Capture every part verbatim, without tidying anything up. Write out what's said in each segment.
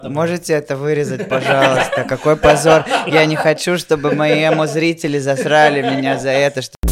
Можете это вырезать, пожалуйста? Какой позор. Я не хочу, чтобы мои эмо-зрители засрали меня за это. Что...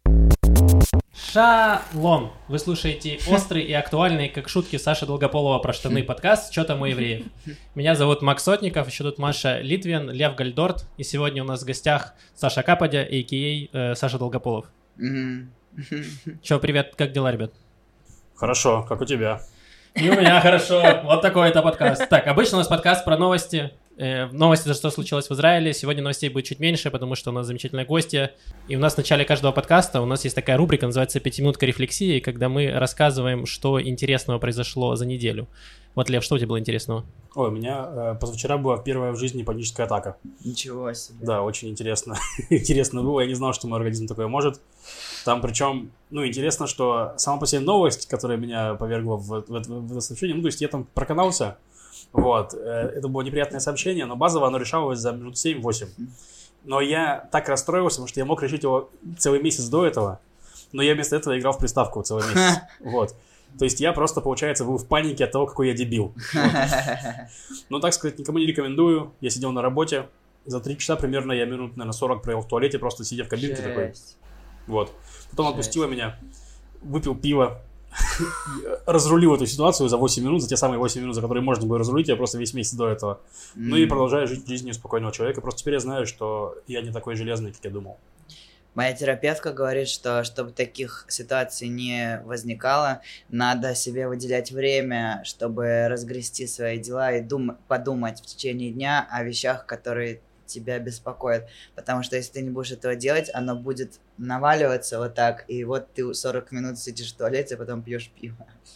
Шалом! Вы слушаете острый и актуальный, как шутки Саши Долгополова про штаны подкаст «Чё там у евреев?». Меня зовут Макс Сотников, еще тут Маша Литвин, Лев Гальдорт, и сегодня у нас в гостях Саша Каподя, а.к.а. э, Саша Долгополов. Чё, привет, как дела, ребят? Хорошо, как у тебя? И у меня хорошо, вот такой это подкаст. Так, обычно у нас подкаст про новости. Э, новости, за что случилось в Израиле. Сегодня новостей будет чуть меньше, потому что у нас замечательные гости. И у нас в начале каждого подкаста у нас есть такая рубрика, называется «Пятиминутка рефлексии», когда мы рассказываем, что интересного произошло за неделю. Вот, Лев, что у тебя было интересного? Ой, у меня э, позавчера была первая в жизни паническая атака. Ничего себе. Да, очень интересно. Интересно было, я не знал, что мой организм такое может. Там причем, ну, интересно, что сама по себе новость, которая меня повергла в, в, в, в это сообщение, ну, то есть я там проканался, вот, э, это было неприятное сообщение, но базово оно решалось за минут семь-восемь. Но я так расстроился, потому что я мог решить его целый месяц до этого, но я вместо этого играл в приставку целый месяц, вот. То есть я просто, получается, был в панике от того, какой я дебил. Вот. Ну, так сказать, никому не рекомендую. Я сидел на работе. За три часа примерно я минут, наверное, сорок провел в туалете, просто сидя в кабинке Жесть. такой. Вот. Потом Жесть. отпустила меня, выпил пиво, разрулил эту ситуацию за восемь минут, за те самые восемь минут, за которые можно было разрулить, я просто весь месяц до этого. Ну и продолжаю жить жизнью спокойного человека. Просто теперь я знаю, что я не такой железный, как я думал. Моя терапевтка говорит, что чтобы таких ситуаций не возникало, надо себе выделять время, чтобы разгрести свои дела и дум- подумать в течение дня о вещах, которые тебя беспокоят. Потому что если ты не будешь этого делать, оно будет наваливаться вот так, и вот ты сорок минут сидишь в туалете, а потом пьешь пиво.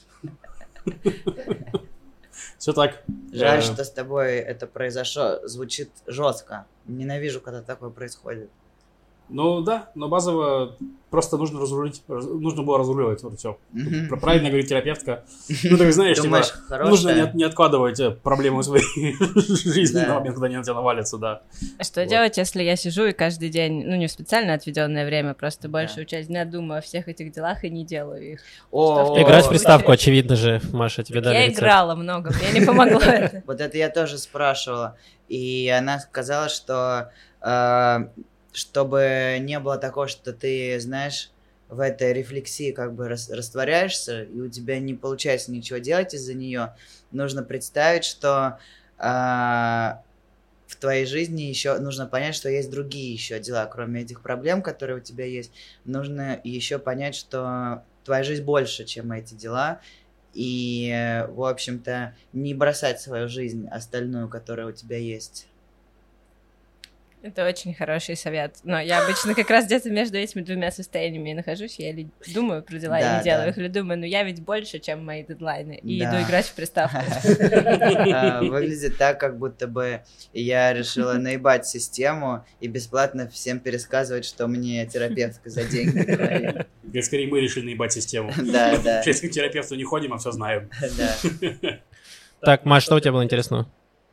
Все так. Жаль, что с тобой это произошло. Звучит жестко. Ненавижу, когда такое происходит. Ну да, но базово просто нужно разрулить, нужно было разруливать, вот все. Mm-hmm. Правильно говорит терапевтка. Ну ты знаешь, Думаешь, типа, хорошая? нужно не, не откладывать проблемы своей жизни на момент, когда они на тебя навалятся, да. А что делать, если я сижу и каждый день, ну не в специально отведенное время, просто большую Да. часть дня думаю о всех этих делах и не делаю их. О, Играть в приставку, очевидно же, Маша, тебе дали Я рецепт. играла много, мне не помогло это. Вот это я тоже спрашивала. И она сказала, что э, чтобы не было такого, что ты, знаешь, в этой рефлексии как бы рас, растворяешься, и у тебя не получается ничего делать из-за нее, нужно представить, что э, в твоей жизни еще нужно понять, что есть другие еще дела, кроме этих проблем, которые у тебя есть. Нужно еще понять, что твоя жизнь больше, чем эти дела, и, в общем-то, не бросать свою жизнь остальную, которая у тебя есть. Это очень хороший совет. Но я обычно как раз где-то между этими двумя состояниями и нахожусь. Я или думаю про дела Да, и не делаю да. их, или думаю, ну я ведь больше, чем мои дедлайны, и Да. иду играть в приставку. Выглядит так, как будто бы я решила наебать систему и бесплатно всем пересказывать, что мне терапевтка за деньги говорит. Скорее мы решили наебать систему. Да, да. Если к терапевту не ходим, а все знаем. Да. Так, Маш, что у тебя было интересного?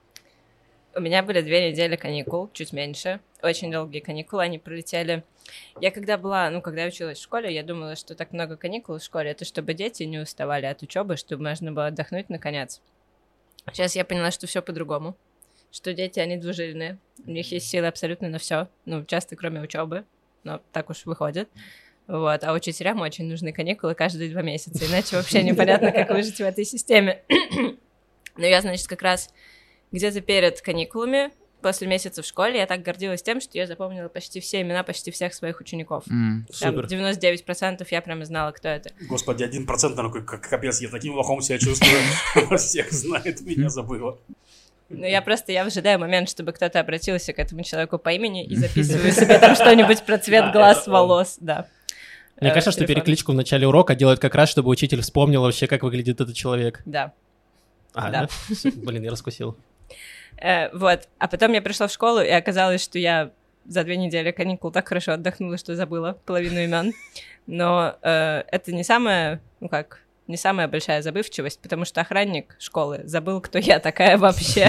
У меня были две недели каникул, чуть меньше. Очень долгие каникулы, они пролетели. Я когда была, ну, когда я училась в школе, я думала, что так много каникул в школе, это чтобы дети не уставали от учебы, чтобы можно было отдохнуть наконец. Сейчас я поняла, что все по-другому. Что дети, они двужильные. У них есть силы абсолютно на все. Ну, часто кроме учебы, но так уж выходит. Вот. А учителям очень нужны каникулы каждые два месяца, иначе вообще непонятно, как выжить в этой системе. Но я, значит, как раз где-то перед каникулами, после месяца в школе, я так гордилась тем, что я запомнила почти все имена почти всех своих учеников. М. Там Супер. девяносто девять процентов я прямо знала, кто это. Господи, один процент, наверное, как капец, я таким лохом себя чувствую. Всех знает, меня забыла. Ну, я просто, я ожидаю момент, чтобы кто-то обратился к этому человеку по имени и записываю себе там что-нибудь про цвет глаз, волос, да. Мне Э, кажется, что телефон. перекличку в начале урока делают как раз, чтобы учитель вспомнил вообще, как выглядит этот человек. Да. А, Да. да? Блин, я раскусил. Э, вот. А потом я пришла в школу, и оказалось, что я за две недели каникул так хорошо отдохнула, что забыла половину имен. Но э, это не самая, ну как, не самая большая забывчивость, потому что охранник школы забыл, кто я такая вообще.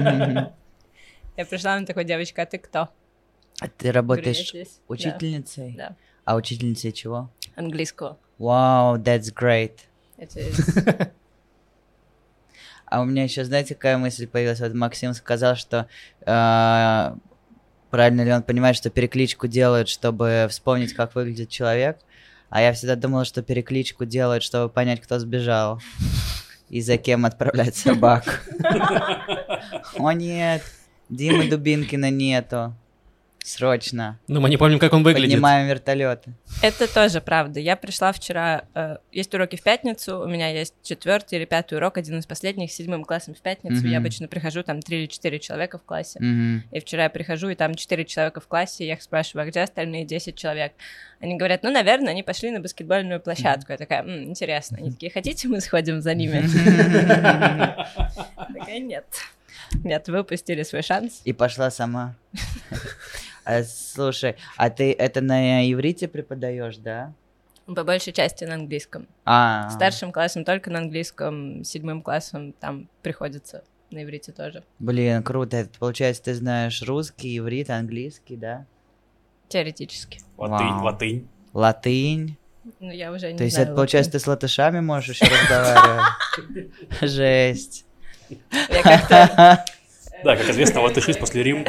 Я пришла, он такой: девочка, а ты кто? А ты работаешь Говорю, «Я здесь». учительницей? Да. А учительницей чего? Английского. Wow, that's great. Это из- А у меня еще, знаете, какая мысль появилась? Вот Максим сказал, что э, правильно ли он понимает, что перекличку делают, чтобы вспомнить, как выглядит человек. А я всегда думал, что перекличку делают, чтобы понять, кто сбежал. И за кем отправлять собаку. О нет, Димы Дубинкина нету. Срочно. Ну, мы не помним, как он выглядит. Поднимаем вертолеты. Это тоже правда. Я пришла вчера... Э, есть уроки в пятницу, у меня есть четвертый или пятый урок, один из последних, с седьмым классом в пятницу. Мгм. Я обычно прихожу, там три или четыре человека в классе. Мгм. И вчера я прихожу, и там четыре человека в классе, и я их спрашиваю, а где остальные десять человек? Они говорят, ну, наверное, они пошли на баскетбольную площадку. Я такая, «М, интересно. Они такие, хотите, мы сходим за ними? Такая, нет. Нет, вы упустили свой шанс. И пошла сама. А, слушай, а ты это на иврите преподаешь, да? По большей части на английском. А, Старшим классом только на английском, седьмым классом там приходится на иврите тоже. блин, круто. Это, получается, ты знаешь русский, иврит, английский, да? Теоретически. Латынь, Вау. латынь. Латынь. Ну, я уже не То есть знаю. это, получается, ты с латышами можешь еще разговаривать? Жесть. Я как-то... Да, как известно, латыши после Рим.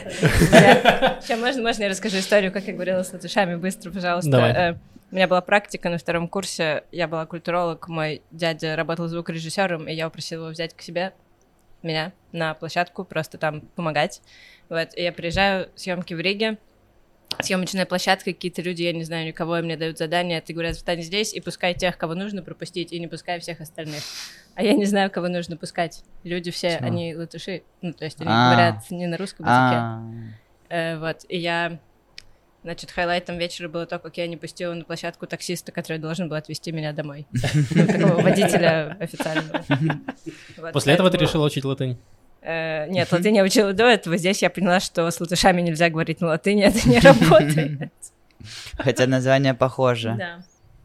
Сейчас можно, можно я расскажу историю, как я говорила с латышами? Быстро, пожалуйста. Давай. Э, У меня была практика на втором курсе. Я была культуролог, мой дядя работал звукорежиссером, и я упросила его взять к себе меня на площадку, просто там помогать. Вот, и я приезжаю, съемки в Риге, съемочная площадка, какие-то люди, я не знаю никого, и мне дают задание, ты говорят, встань здесь и пускай тех, кого нужно пропустить, и не пускай всех остальных. А я не знаю, кого нужно пускать. Люди все, Чего? они латыши, ну, то есть они А. говорят не на русском языке. А, Э, вот, и я, значит, хайлайтом вечера было то, как я не пустила на площадку таксиста, который должен был отвезти меня домой. Ну, такого водителя официального. Вот, После этого ты поэтому, решила учить латынь? э, Нет, латынь я учила до этого. Здесь я поняла, что с латышами нельзя говорить на латыни, это не работает. хотя название похоже. Да.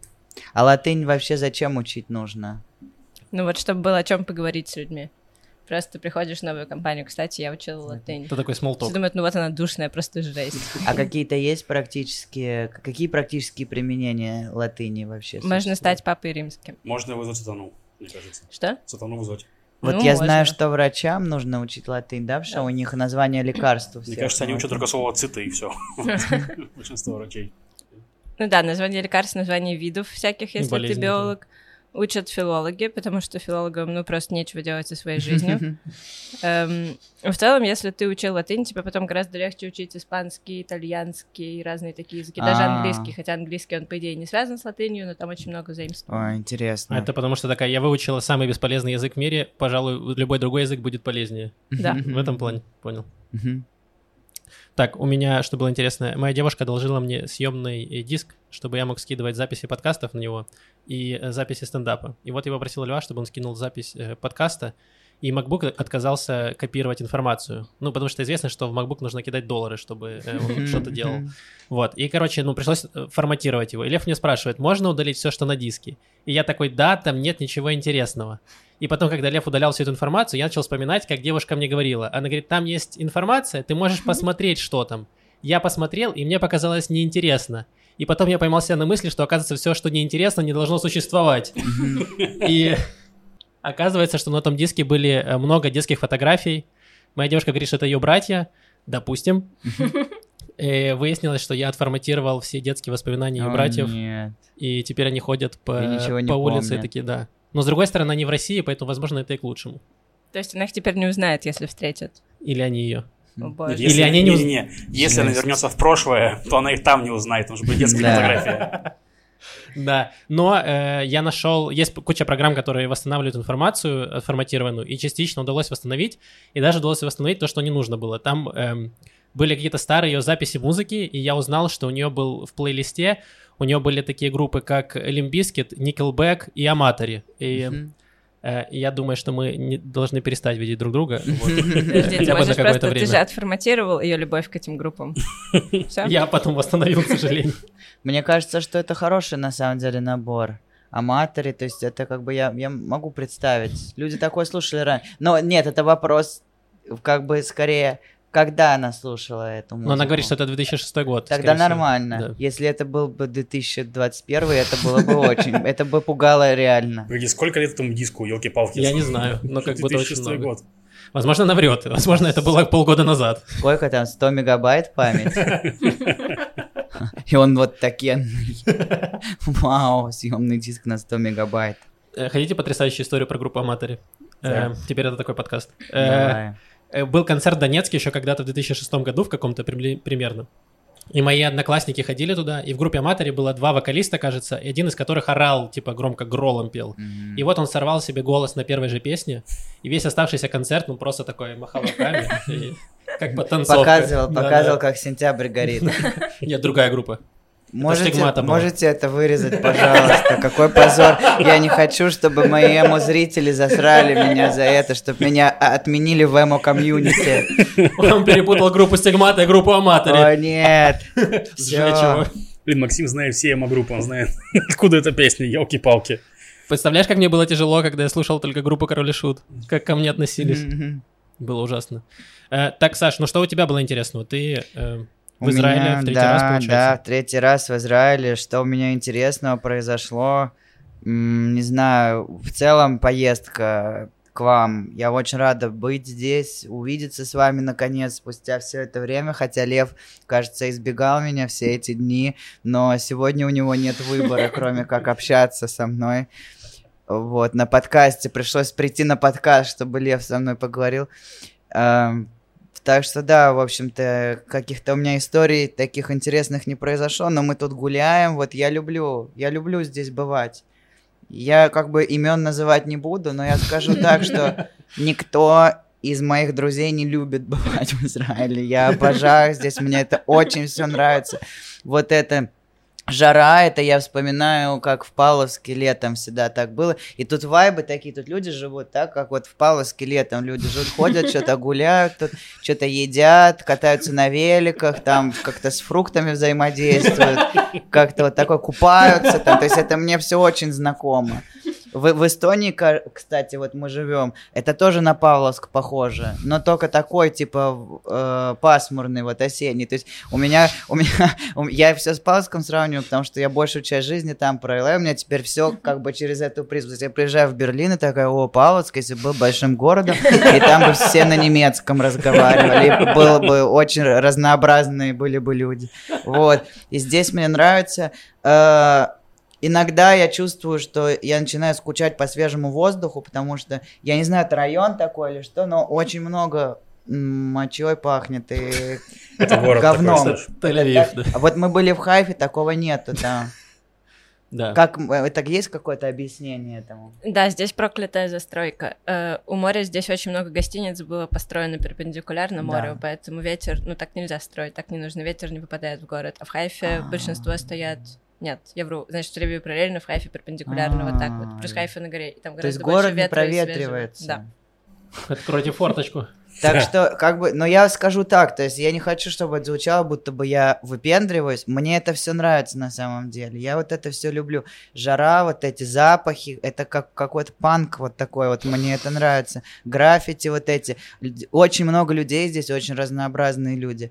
А латынь вообще зачем учить нужно? Ну вот, чтобы было о чем поговорить с людьми. Просто приходишь в новую компанию. Кстати, я учила латынь. Это такой Все смолток. думают, ну вот она душная, просто жесть. А какие-то есть практические... Какие практические применения латыни вообще? Можно существуют? стать папой римским. Можно вызвать сатану, мне кажется. Что? Сатану вызвать. Вот Ну, я можно. знаю, что врачам нужно учить латынь, да, потому что у них название лекарств. у Мне всех кажется, они на учат латыни. только слово цита и все. Большинство врачей. Ну да, название лекарств, название видов всяких, если ты болезней биолог. Учат филологи, потому что филологам, ну, просто нечего делать со своей жизнью. Эм, В целом, если ты учил латынь, тебе потом гораздо легче учить испанский, итальянский, разные такие языки, даже А. английский, хотя английский, он, по идее, не связан с латынью, но там очень много заимствований. Ой, интересно. Это потому что такая, я выучила самый бесполезный язык в мире, пожалуй, любой другой язык будет полезнее. Да. В этом плане, понял. Мгм. Так, у меня, что было интересно, моя девушка одолжила мне съемный э, диск, чтобы я мог скидывать записи подкастов на него и э, записи стендапа. И вот я попросил Льва, чтобы он скинул запись э, подкаста, и MacBook отказался копировать информацию. Ну, потому что известно, что в MacBook нужно кидать доллары, чтобы э, он что-то делал. Вот, и, короче, ну, пришлось э, форматировать его. И Лев мне спрашивает, можно удалить все, что на диске? И я такой, да, там нет ничего интересного. И потом, когда Лев удалял всю эту информацию, я начал вспоминать, как девушка мне говорила. Она говорит, там есть информация, ты можешь посмотреть, что там. Я посмотрел, и мне показалось неинтересно. И потом я поймался на мысли, что, оказывается, все, что неинтересно, не должно существовать. И оказывается, что на том диске были э, много детских фотографий. Моя девушка говорит, что это ее братья. Допустим. И выяснилось, что я отформатировал все детские воспоминания ее О, братьев. Нет. И теперь они ходят по, И ничего не по улице и помнят. такие, да. Но с другой стороны, они в России, поэтому, возможно, это и к лучшему. То есть она их теперь не узнает, если встретит. Или они ее. О, боже. Или они не уз- не, Если она Жесть. вернется в прошлое, то она их там не узнает, потому что будет детская Да. фотография. Да, но э, я нашел, есть куча программ, которые восстанавливают информацию отформатированную, и частично удалось восстановить, и даже удалось восстановить то, что не нужно было. Там эм, были какие-то старые ее записи музыки, и я узнал, что у нее был в плейлисте, у нее были такие группы, как Limp Bizkit, Nickelback и Аматори. И Мгм. э, я думаю, что мы не должны перестать видеть друг друга. Вот. Подожди, ты Хотя бы можешь на какое-то просто, ты же время. отформатировал ее любовь к этим группам. Всё? Я потом восстановил, к сожалению. Мне кажется, что это хороший на самом деле набор. Аматори, то есть это как бы я, я могу представить. Люди такое слушали раньше. Но нет, это вопрос как бы скорее когда она слушала эту музыку. Но она говорит, что это две тысячи шестой год. Тогда нормально. Да. Если это был бы две тысячи двадцать первый, это было бы очень... Это бы пугало реально. Погоди, сколько лет этому диску, елки-палки? Я не знаю, но как будто очень много. год. Возможно, она врет. Возможно, это было полгода назад. Сколько там? сто мегабайт память? И он вот такенный. Вау, съемный диск на сто мегабайт. Хотите потрясающую историю про группу Аматори? Да. Теперь это такой подкаст. Давай. Был концерт в Донецке еще когда-то в две тысячи шестом году, в каком-то примерно. И мои одноклассники ходили туда, и в группе Аматори было два вокалиста, кажется, и один из которых орал, типа громко гролом пел. Mm-hmm. И вот он сорвал себе голос на первой же песне, и весь оставшийся концерт, ну просто такой махал руками, как потанцовка. Показывал, показывал, как сентябрь горит. Нет, другая группа. Можете, можете это вырезать, пожалуйста? Какой позор. Я не хочу, чтобы мои эмо-зрители засрали меня за это, чтобы меня отменили в эмо-комьюнити. Он перепутал группу Стигмата и группу Аматори. О, нет. Все. Блин, Максим знает все эмо-группы, он знает, откуда эта песня, елки-палки. Представляешь, как мне было тяжело, когда я слушал только группу Король и Шут? Как ко мне относились? Mm-hmm. Было ужасно. Э, так, Саш, ну что у тебя было интересного? Ты... Э... В у Израиле меня, в третий да, раз, получается? Да, в третий раз в Израиле. Что у меня интересного произошло? М- не знаю, в целом поездка к вам. Я очень рада быть здесь, увидеться с вами наконец спустя все это время. Хотя Лев, кажется, избегал меня все эти дни, но сегодня у него нет выбора, кроме как общаться со мной. Вот, на подкасте. Пришлось прийти на подкаст, чтобы Лев со мной поговорил. Так что да, в общем-то, каких-то у меня историй таких интересных не произошло, но мы тут гуляем, вот я люблю, я люблю здесь бывать. Я как бы имен называть не буду, но я скажу так, что никто из моих друзей не любит бывать в Израиле. Я обожаю здесь, мне это очень все нравится. Вот это... Жара, это я вспоминаю, как в Павловске летом всегда так было. И тут вайбы такие, тут люди живут так, как вот в Павловске летом люди живут, ходят, что-то гуляют, тут что-то едят, катаются на великах, там как-то с фруктами взаимодействуют, как-то вот такое купаются. Там. То есть это мне все очень знакомо. В, в Эстонии, кстати, вот мы живем, это тоже на Павловск похоже, но только такой, типа, э, пасмурный, вот осенний. То есть у меня, у меня, у, я все с Павловском сравниваю, потому что я большую часть жизни там провела, и у меня теперь все как бы через эту призму. То есть я приезжаю в Берлин и такая, о, Павловск, если был большим городом, и там бы все на немецком разговаривали, было бы очень разнообразные были бы люди. Вот, и здесь мне нравится... Э, Иногда я чувствую, что я начинаю скучать по свежему воздуху, потому что, я не знаю, это район такой или что, но очень много мочой пахнет и говном. Тель-Авив, да. А вот мы были в Хайфе, такого нету там. Да. Как, это есть какое-то объяснение этому? Да, здесь проклятая застройка. Э, у моря здесь очень много гостиниц было построено перпендикулярно морю, да. Поэтому ветер, ну так нельзя строить, так не нужно, ветер не попадает в город. А в Хайфе А-а-а. большинство стоят... Нет, я вру. Значит, в Тель-Авиве параллельно, в Хайфе перпендикулярно, вот так вот. Плюс Хайфа на горе. И там то есть город не проветривается. Да. Откройте форточку. Так что, как бы, но я скажу так, то есть я не хочу, чтобы это звучало, будто бы я выпендриваюсь. Мне это все нравится на самом деле. Я вот это все люблю. Жара, вот эти запахи, это как какой-то панк вот такой вот, мне это нравится. Граффити вот эти. Очень много людей здесь, очень разнообразные люди.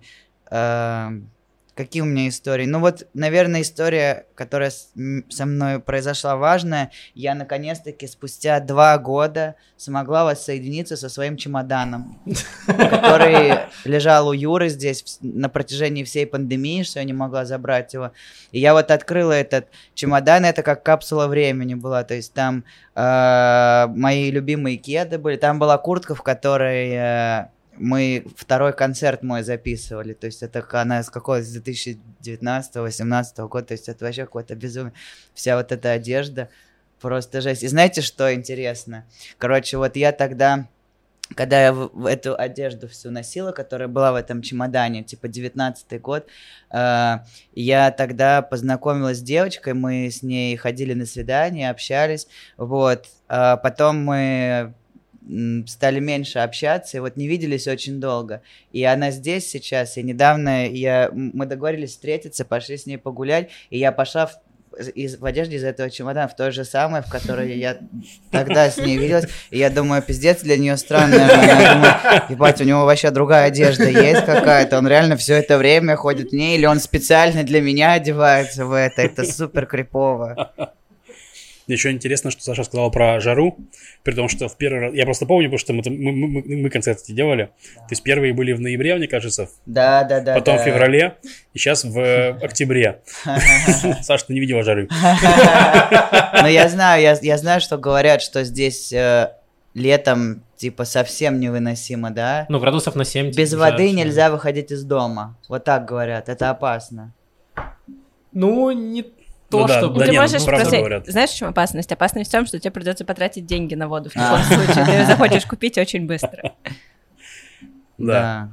Какие у меня истории? Ну вот, наверное, история, которая со мной произошла важная. Я наконец-таки спустя два года смогла воссоединиться со своим чемоданом, который лежал у Юры здесь на протяжении всей пандемии, что я не могла забрать его. И я вот открыла этот чемодан, это как капсула времени была. То есть там э, мои любимые кеды были, там была куртка, в которой... Э, мы второй концерт мой записывали, то есть это она с какого-то две тысячи девятнадцатого-восемнадцатого года, то есть это вообще какое-то безумие. Вся вот эта одежда, просто жесть. И знаете, что интересно? Короче, вот я тогда, когда я в, в эту одежду всю носила, которая была в этом чемодане, типа девятнадцатый год, э, я тогда познакомилась с девочкой, мы с ней ходили на свидание, общались, вот, а потом мы... стали меньше общаться, и вот не виделись очень долго. И она здесь сейчас, и недавно я, мы договорились встретиться, пошли с ней погулять, и я пошла в, из, в одежде из этого чемодана, в той же самой, в которой я тогда с ней виделась. И я думаю, пиздец, для нее странно. Я думаю, ебать, у него вообще другая одежда есть какая-то. Он реально все это время ходит в ней, или он специально для меня одевается в это. Это супер крипово. Еще интересно, что Саша сказала про жару, при том, что в первый раз... Я просто помню, потому что мы, мы, мы, мы концерт эти делали. Да. То есть первые были в ноябре, мне кажется. Да, да, да. Потом да. в феврале, и сейчас в октябре. Саша, ты не видела жары. Ну, я знаю, я знаю, что говорят, что здесь летом, типа, совсем невыносимо, да? Ну, градусов на семь. Без воды нельзя выходить из дома. Вот так говорят, это опасно. Ну, не... То, ну, да, что... да, ты нет, можешь ну, правда просто... говорят. Знаешь, в чем опасность? Опасность в том, что тебе придется потратить деньги на воду в таком случае. Ты ее захочешь купить очень быстро. Да.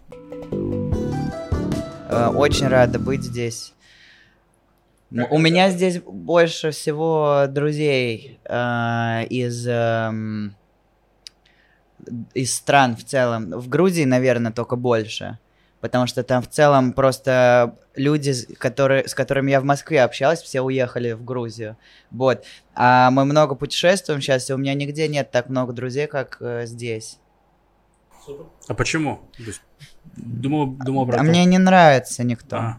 Очень рада быть здесь. У меня здесь больше всего друзей из... из стран в целом. В Грузии, наверное, только больше. Потому что там в целом просто люди, которые, с которыми я в Москве общалась, все уехали в Грузию. Вот. А мы много путешествуем сейчас, и у меня нигде нет так много друзей, как э, здесь. А почему? Думал, думал про а то. Мне не нравится никто.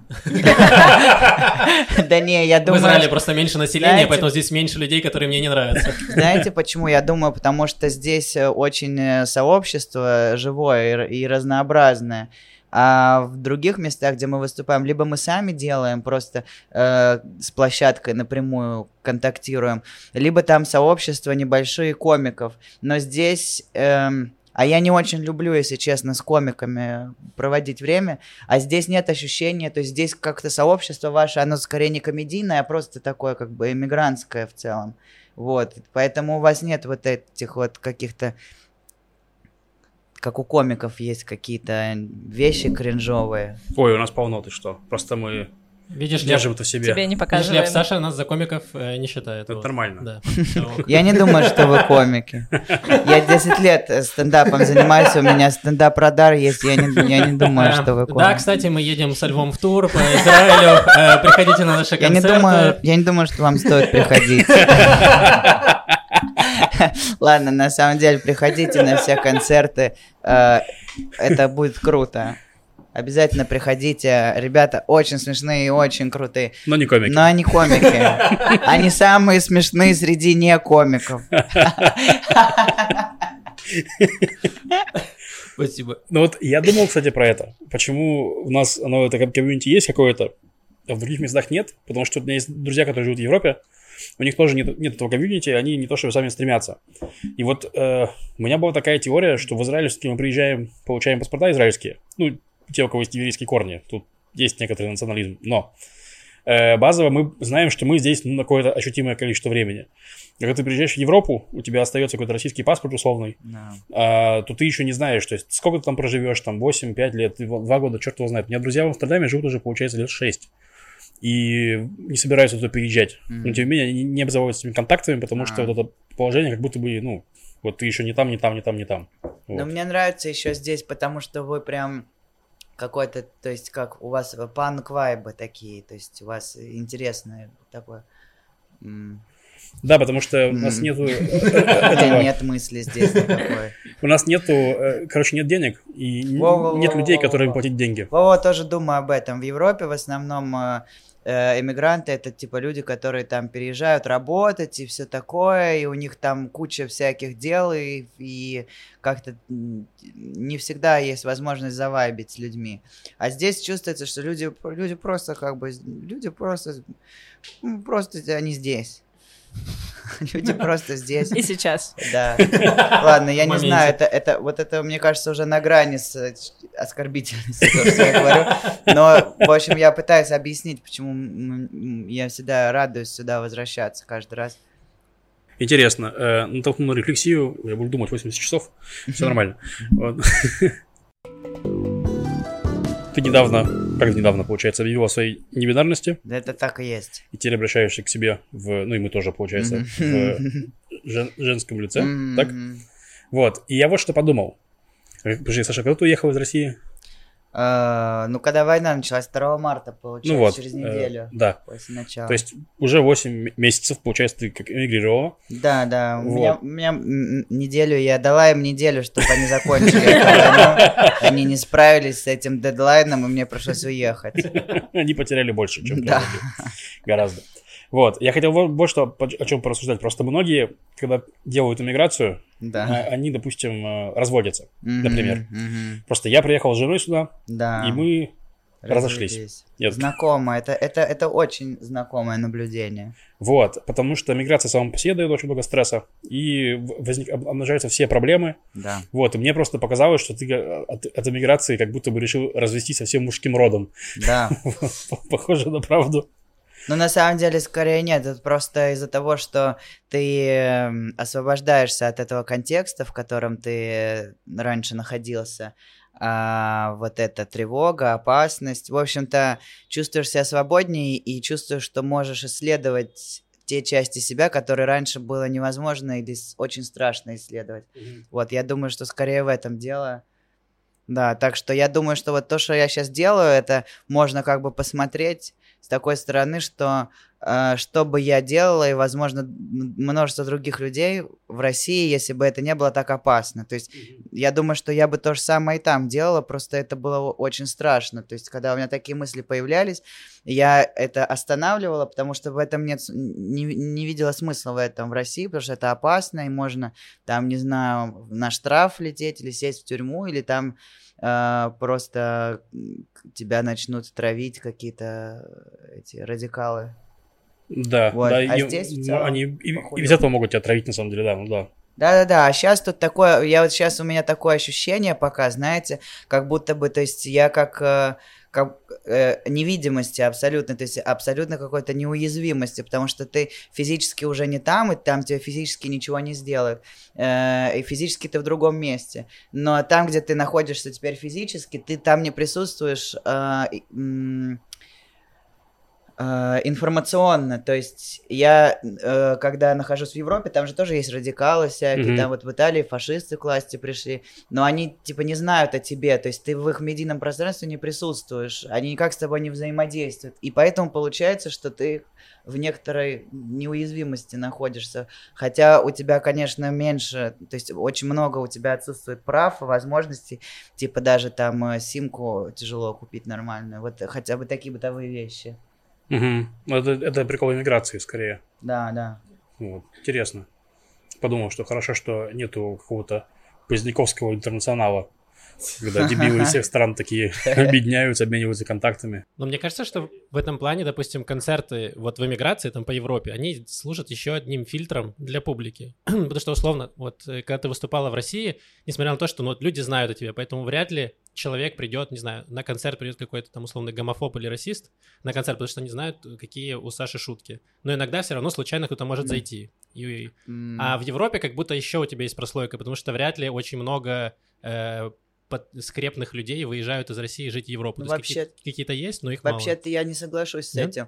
Да не, я думаю... В Израиле просто меньше населения, поэтому здесь меньше людей, которые мне не нравятся. Знаете почему? Я думаю, потому что здесь очень сообщество живое и разнообразное. А в других местах, где мы выступаем, либо мы сами делаем, просто э, с площадкой напрямую контактируем, либо там сообщества небольшие комиков. Но здесь... Э, а я не очень люблю, если честно, с комиками проводить время. А здесь нет ощущения, то есть здесь как-то сообщество ваше, оно скорее не комедийное, а просто такое как бы эмигрантское в целом. Вот. Поэтому у вас нет вот этих вот каких-то... Как у комиков есть какие-то вещи кринжовые. Ой, у нас полно, ты что? Просто мы Видишь, держим это в себе. Тебе не показываем. Видишь, Саша нас за комиков э, не считает. Это вот. нормально. Да. Я не думаю, что вы комики. Я десять лет стендапом занимаюсь, у меня стендап-радар есть, я не, я не думаю, что вы комики. Да, кстати, мы едем со Львом в тур по Израилю. Э, приходите на наши я концерты. Не думаю, я не думаю, что вам стоит приходить. Ладно, на самом деле, приходите на все концерты. Это будет круто. Обязательно приходите. Rебята очень смешные и очень крутые. Но не комики. Но они комики. Они самые смешные среди не комиков. Спасибо. Ну вот я думал, кстати, про это. Почему у нас оно, это комьюнити есть какое-то, а в других местах нет? Потому что у меня есть друзья, которые живут в Европе. У них тоже нет, нет этого комьюнити, они не то чтобы сами стремятся. И вот э, у меня была такая теория, что в Израиль все-таки мы приезжаем, получаем паспорта израильские. Ну, те, у кого есть еврейские корни. Тут есть некоторый национализм. Но э, базово мы знаем, что мы здесь ну, на какое-то ощутимое количество времени. Когда ты приезжаешь в Европу, у тебя остается какой-то российский паспорт условный, no. а, то ты еще не знаешь, то есть сколько ты там проживешь, там восемь-пять лет, два года, черт его знает. У меня друзья в Амстердаме живут уже, получается, лет шесть. И не собираются туда переезжать. Mm-hmm. Но тем не менее, они не обзаводятся этими контактами, потому ah. что вот это положение как будто бы, ну, вот ты еще не там, не там, не там, не там. Вот. Но мне нравится еще здесь, потому что вы прям какой-то, то есть как у вас панк-вайбы такие, то есть у вас интересное такое... Да, потому что у нас нету... Нет мысли здесь никакой. У нас нету, короче, нет денег, и нет людей, которым платить деньги. Вова, тоже думаю об этом. В Европе в основном эмигранты — это типа люди, которые там переезжают работать и все такое, и у них там куча всяких дел, и, и как-то не всегда есть возможность завайбить с людьми. А здесь чувствуется, что люди, люди просто как бы, люди просто, просто они здесь. Люди просто здесь. И сейчас. Да. Ладно, я не знаю, это, это, вот это, мне кажется, уже на грани с оскорбительностью, то, что я говорю. Но, в общем, я пытаюсь объяснить, почему я всегда радуюсь сюда возвращаться каждый раз. Интересно. Э, натолкнул на рефлексию, я буду думать восемьдесят часов, все нормально. Ты недавно, как недавно, получается, объявила о своей небинарности. Да, это так и есть. И теперь обращаешься к себе в, ну и мы тоже, получается, mm-hmm. в жен, женском лице, mm-hmm. так? Вот, и я вот что подумал. Подожди, Саша, когда ты уехал из России? А, ну, когда война началась, второго марта, получается, Ну вот, через э, неделю да. после начала. То есть уже восемь месяцев, получается, ты как эмигрировала. Да, да, у меня, Вот. у меня м, неделю, я дала им неделю, чтобы они закончили эту войну. Они не справились с этим дедлайном, и мне пришлось уехать. Они потеряли больше, чем Да. приобрели. Гораздо. Вот, я хотел вот, вот что, о чем порассуждать. Просто многие, когда делают иммиграцию, Да. а, они, допустим, э, разводятся, Мгм, например. мгм. Просто я приехал с женой сюда, Да. и мы разошлись. Развелись. Нет. Знакомо, это, это, это очень знакомое наблюдение. Вот, потому что миграция сама по себе дает очень много стресса, и в- возник, об- обнажаются все проблемы. Да. Вот, и мне просто показалось, что ты э, от, от эмиграции как будто бы решил развестись со всем мужским родом. Да. Похоже на правду. Ну, на самом деле, скорее нет. Это просто из-за того, что ты эм, освобождаешься от этого контекста, в котором ты раньше находился. А, вот эта тревога, опасность. В общем-то, чувствуешь себя свободнее и чувствуешь, что можешь исследовать те части себя, которые раньше было невозможно или с- очень страшно исследовать. Вот, я думаю, что скорее в этом дело. Да, так что я думаю, что вот то, что я сейчас делаю, это можно как бы посмотреть с такой стороны, что э, что бы я делала, и, возможно, м- множество других людей в России, если бы это не было так опасно. То есть я думаю, что я бы то же самое и там делала, просто это было о- очень страшно. То есть когда у меня такие мысли появлялись, я это останавливала, потому что в этом нет, с- не, не видела смысла в этом в России, потому что это опасно, и можно там, не знаю, на штраф лететь или сесть в тюрьму, или там э, просто м, тебя начнут травить какие-то э, эти радикалы. Да, Вот, да, а и, здесь в м, целом они и, и похуй. без этого могут тебя травить, на самом деле, да, ну да. Да-да-да, а сейчас тут такое, я вот сейчас у меня такое ощущение пока, знаете, как будто бы, то есть я как, э, как э, невидимости абсолютно, то есть абсолютно какой-то неуязвимости, потому что ты физически уже не там, и там тебе физически ничего не сделают, э, и физически ты в другом месте, но там, где ты находишься теперь физически, ты там не присутствуешь э, и, м, э, информационно, то есть я, э, когда нахожусь в Европе, там же тоже есть радикалы всякие, Мгм. там вот в Италии фашисты к власти пришли, но они типа не знают о тебе, то есть ты в их медийном пространстве не присутствуешь, они никак с тобой не взаимодействуют, и поэтому получается, что ты в некоторой неуязвимости находишься, хотя у тебя, конечно, меньше, то есть очень много у тебя отсутствует прав, возможностей, типа даже там э, симку тяжело купить нормальную, вот хотя бы такие бытовые вещи. Мгм. Это, это прикол иммиграции, скорее. Да, да. Вот. Интересно. Подумал, что хорошо, что нету какого-то поздняковского интернационала, когда дебилы из всех стран такие объединяются, обмениваются контактами. Но мне кажется, что в этом плане, допустим, концерты вот в эмиграции, там по Европе, они служат еще одним фильтром для публики. Потому что, условно, вот э, когда ты выступала в России, несмотря на то, что ну, вот люди знают о тебе, поэтому вряд ли человек придет, не знаю, на концерт придет какой-то там условный гомофоб или расист на концерт, потому что они знают, какие у Саши шутки. Но иногда все равно случайно кто-то может Да. зайти. И- М, А в Европе как будто еще у тебя есть прослойка, потому что вряд ли очень много э, под- скрепных людей выезжают из России жить в Европу. Ну, То есть вообще- какие- какие-то есть, но их мало. Вообще-то я не соглашусь с Нет? этим.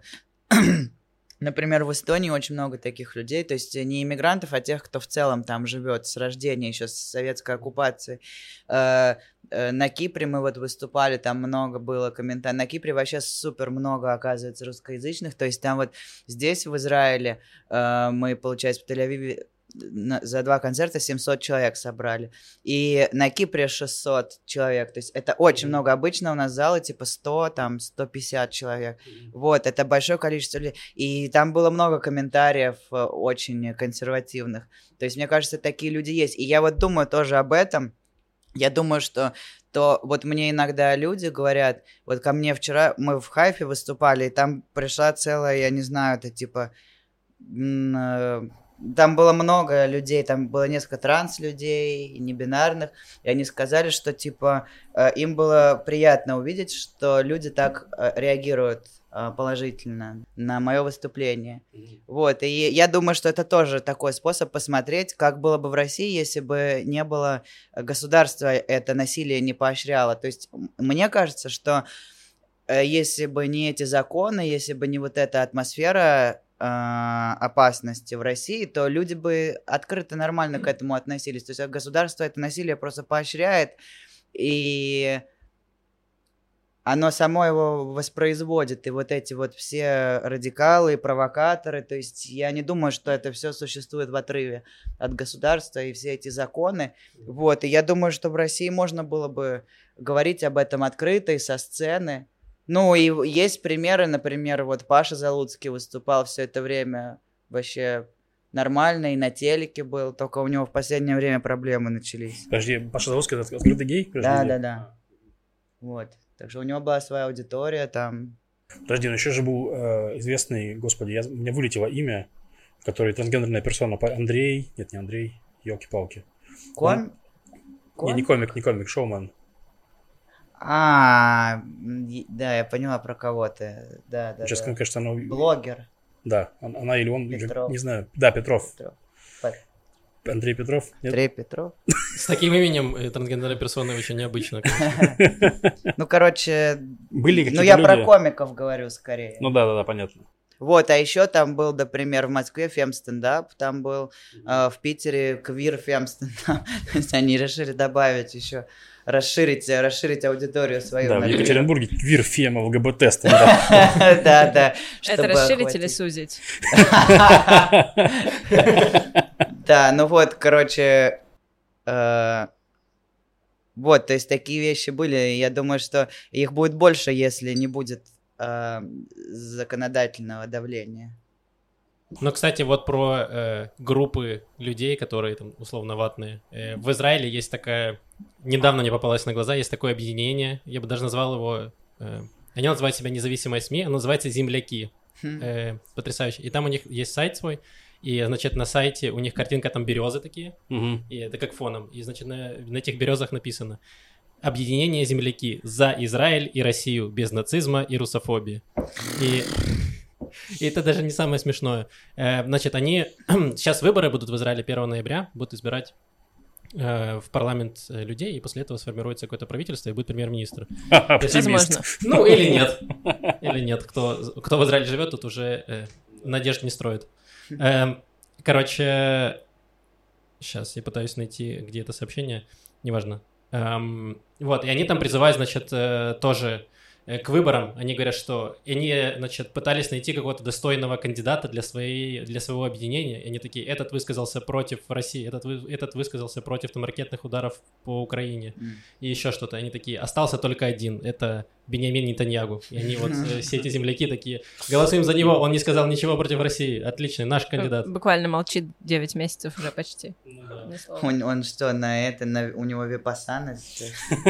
Например, в Эстонии очень много таких людей, то есть не иммигрантов, а тех, кто в целом там живет с рождения, еще с советской оккупации. Э, э, На Кипре мы вот выступали, там много было комментариев. На Кипре вообще супер много, оказывается, русскоязычных, то есть там вот здесь, в Израиле, э, мы, получается, в Тель-Авиве на- за два концерта семьсот человек собрали. И на Кипре шестьсот человек. То есть это очень много. Обычно у нас залы типа сто, там сто пятьдесят человек. Вот, это большое количество людей. И там было много комментариев э, очень консервативных. То есть, мне кажется, такие люди есть. И я вот думаю тоже об этом. Я думаю, что то вот мне иногда люди говорят, вот ко мне вчера, мы в Хайфе выступали, и там пришла целая, я не знаю, это типа... м, э, Там было много людей, там было несколько транс-людей, небинарных, и они сказали, что, типа, э, им было приятно увидеть, что люди так э, реагируют э, положительно на мое выступление. Вот, и я думаю, что это тоже такой способ посмотреть, как было бы в России, если бы не было э, государства, это насилие не поощряло. То есть м- мне кажется, что э, если бы не эти законы, если бы не вот эта атмосфера э, опасности в России, то люди бы открыто нормально к этому относились. То есть э, государство это насилие просто поощряет, и оно само его воспроизводит, и вот эти вот все радикалы, провокаторы, то есть я не думаю, что это все существует в отрыве от государства и все эти законы, вот, и я думаю, что в России можно было бы говорить об этом открыто и со сцены, ну, и есть примеры, например, вот Паша Залуцкий выступал все это время вообще нормально, и на телеке был, только у него в последнее время проблемы начались. Подожди, Паша Залуцкий — это открытый гей? Да, да, да, вот. Так что у него была своя аудитория там. Подожди, ну еще же был э, известный, господи, я, у меня вылетело имя, который трансгендерная персона, Андрей, нет, не Андрей, елки-палки. Ком... Он... Не, не комик, не комик, шоумен. А, да, я поняла, про кого ты. Да, да, Сейчас, да. кажется, она... Блогер. Да, она или он, Петров. не знаю. Да, Петров. Петров. Андрей Петров? Нет? Андрей Петров. С таким именем э, трансгендерная персона очень необычно. Ну, короче, были ну я про комиков говорю скорее. Ну да, да, да, понятно. Вот, а еще там был, например, в Москве фем-стендап, там был э, в Питере квир-фем-стендап. То есть они решили добавить еще, расширить, расширить аудиторию свою. Да, в Екатеринбурге квир-фем, ЛГБТ стендап. Да, да. Это расширить или сузить? Да, ну вот, короче, э, вот, то есть такие вещи были, я думаю, что их будет больше, если не будет э, законодательного давления. Ну, кстати, вот про э, группы людей, которые там условно ватные. Э, в Израиле есть такая, недавно мне попалось на глаза, есть такое объединение, я бы даже назвал его, э, они называют себя независимой СМИ, оно называется «Земляки». Э, потрясающе. И там у них есть сайт свой, и, значит, на сайте у них картинка там березы такие, угу. И это как фоном. И, значит, на, на этих березах написано: «Объединение земляки за Израиль и Россию без нацизма и русофобии». И, и это даже не самое смешное. Э, значит, они... Сейчас выборы будут в Израиле первого ноября, будут избирать э, в парламент людей, и после этого сформируется какое-то правительство, и будет премьер-министр. Возможно. Ну, или нет. Или нет. Кто, кто в Израиле живет, тут уже э, надежд не строит. Эм, короче, сейчас я пытаюсь найти, где это сообщение, неважно. Эм, вот, и они там призывают, значит, э, тоже э, к выборам. Они говорят, что они, значит, пытались найти какого-то достойного кандидата для, своей, для своего объединения. И они такие: этот высказался против России, этот, вы, этот высказался против там, ракетных ударов по Украине. Mm. И еще что-то. Они такие: остался только один, это Биньямин Нетаньягу. И они вот, э, все эти земляки такие: голосуем за него, он не сказал ничего против России. Отличный, наш кандидат. Буквально молчит девять месяцев уже почти. Ну, да. он, он что, на это, на, у него випассана сейчас?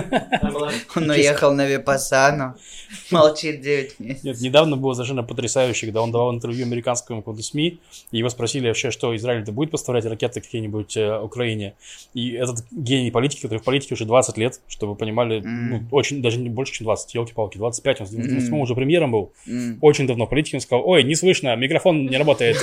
Он уехал на випассану, молчит девять месяцев. Нет, недавно было совершенно потрясающе, когда он давал интервью американскому какому-то СМИ, и его спросили вообще, что Израиль-то будет поставлять ракеты какие-нибудь э, Украине. И этот гений политики, который в политике уже двадцать лет, чтобы вы понимали, mm. ну, очень, даже не больше, чем двадцать, елки-палки, двадцать пять, он в девяносто восьмом mm. уже премьером был, mm. очень давно в политике, он сказал: ой, не слышно, микрофон не работает.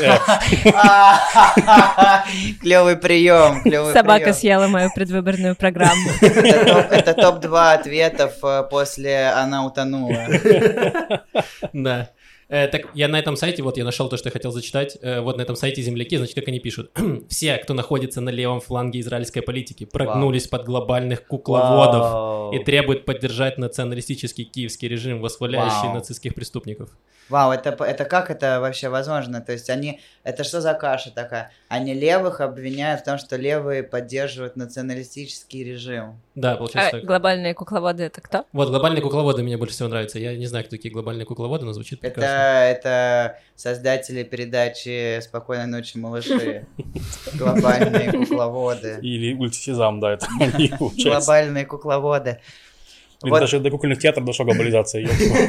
Клевый прием, клевый Собака съела мою предвыборную программу. Это топ-два ответов после «Она утонула». Да. Э, так, я на этом сайте, вот я нашел то, что я хотел зачитать. Э, вот на этом сайте земляки, значит, как они пишут. Все, кто находится на левом фланге израильской политики, прогнулись Вау. под глобальных кукловодов Вау. и требуют поддержать националистический киевский режим, восхваляющий Вау. нацистских преступников. Вау, это, это как это вообще возможно? То есть они, это что за каша такая? Они левых обвиняют в том, что левые поддерживают националистический режим. Да, получается а так. глобальные кукловоды — это кто? Вот, глобальные кукловоды мне больше всего нравятся. Я не знаю, кто такие глобальные кукловоды, но звучит прекрасно. Это, это создатели передачи «Спокойной ночи, малыши». Глобальные кукловоды. Или ультисезам, да, это они получаются. Глобальные кукловоды. Или вот. Даже до кукольных театров дошла глобализация.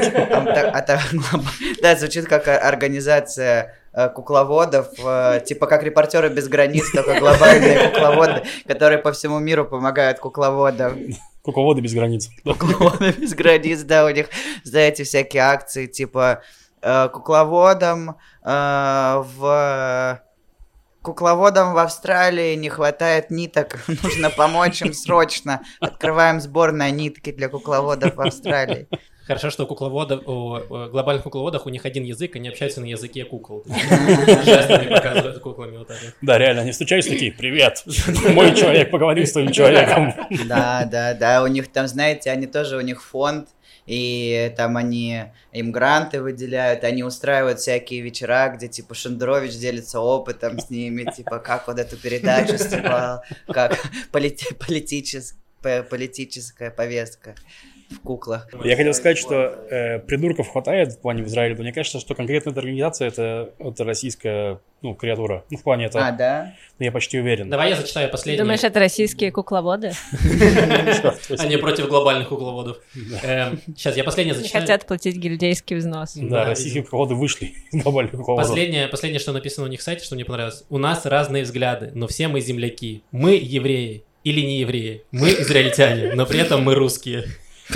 Да, звучит как организация кукловодов, типа как «Репортеры без границ», только глобальные кукловоды, которые по всему миру помогают кукловодам. Кукловоды без границ. Кукловоды без границ, да, у них, знаете, всякие акции, типа кукловодам в... Кукловодам в Австралии не хватает ниток, нужно помочь им срочно. Открываем сбор на нитки для кукловодов в Австралии. Хорошо, что у кукловодов, у глобальных кукловодов у них один язык, они общаются на языке кукол. Жестами показывают куклами вот так. Да, реально, они встречаются такие: привет, мой человек, поговорим с твоим человеком. Да, да, да, у них там, знаете, они тоже, у них фонд, и там они им гранты выделяют, они устраивают всякие вечера, где, типа, Шендерович делится опытом с ними, типа, как вот эту передачу снимал, как полити- политичес- политическая повестка в куклах. Я хотел сказать, что э, придурков хватает в плане в Израиле, но мне кажется, что конкретно эта организация это, это российская, ну, креатура. Ну, в плане этого. А, да? Я почти уверен. Давай я зачитаю последнее. Думаешь, это российские кукловоды? Они против глобальных кукловодов. Сейчас, я последнее Не зачитаю. хотят платить гильдейский взнос. Да, российские кукловоды вышли из глобальных кукловодов. Последнее, последнее, что написано у них в сайте, что мне понравилось. У нас разные взгляды, но все мы земляки. Мы евреи или не евреи. Мы израильтяне, но при этом мы русские.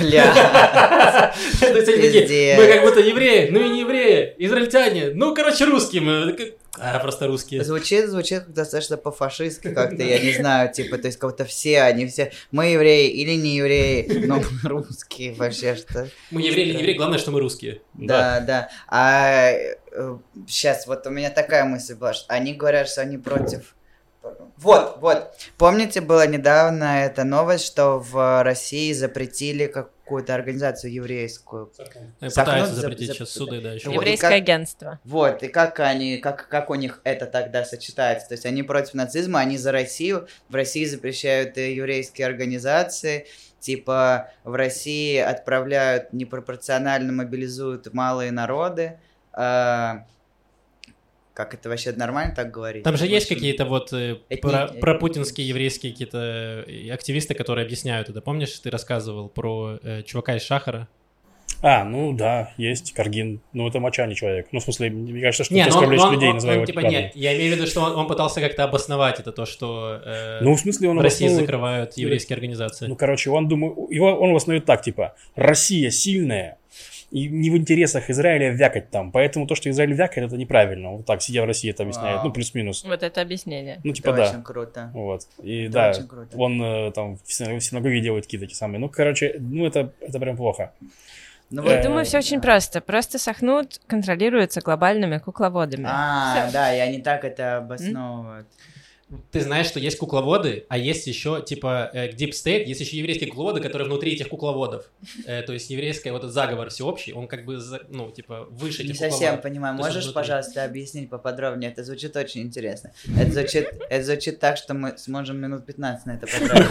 Бля. То есть они такие, мы как будто евреи, ну и не евреи, израильтяне, ну, короче, русские мы. А, просто русские. Звучит, звучит как достаточно по-фашистски как-то, я не знаю, типа, то есть как будто все, они все, мы евреи или не евреи, но мы русские вообще, что... Мы евреи или не евреи, главное, что мы русские. Да, да. А сейчас вот у меня такая мысль была, что они говорят, что они против... Вот, вот. Помните, была недавно эта новость, что в России запретили какую-то организацию еврейскую. Пытаются Сахнут, запретить зап- сейчас зап- суды, да, еще. Вот, и Еврейское как- агентство. Вот, и как они, как, как у них это тогда сочетается? То есть они против нацизма, они за Россию, в России запрещают и еврейские организации, типа в России отправляют, непропорционально мобилизуют малые народы. А, как это вообще нормально так говорить? Там же есть В общем, какие-то вот э, Этни- про, э- пропутинские еврейские какие-то э, активисты, которые объясняют это. Помнишь, ты рассказывал про э, чувака из Шахара? А, ну да, есть Каргин. Ну, это мочальный человек. Ну, в смысле, мне кажется, что Не, ты ну он, оскорбляешь он- людей, он- называя он его типа правдой. нет, я имею в виду, что он, он пытался как-то обосновать это, то, что э, Ну, в смысле, он в России обосновывает- закрывают еврейские организации. Ну, короче, он думает, его он восстановит так, типа, Россия сильная, и не в интересах Израиля вякать там, поэтому то, что Израиль вякает, это неправильно. Вот так, сидя в России, это объясняет, Вау. ну, плюс-минус. Вот это объяснение. Ну, Это типа, да. очень круто. Вот. И Это да, очень круто. он э, там в синаг- в синагоге делает какие-то эти самые. Ну, короче, ну, это, это прям плохо. Ну, Э, Я думаю, все очень просто. Просто Сахнут контролируется глобальными кукловодами. А, Всё. да, и они так это обосновывают. Ты знаешь, что есть кукловоды, а есть еще, типа, э, Deep State, есть еще еврейские кукловоды, которые внутри этих кукловодов. Э, то есть еврейский вот этот заговор всеобщий, он как бы, за- ну, типа, выше Не этих совсем кукловодов. понимаю. То есть Можешь, внутри. пожалуйста, объяснить поподробнее? Это звучит очень интересно. Это звучит, это звучит так, что мы сможем минут пятнадцать на это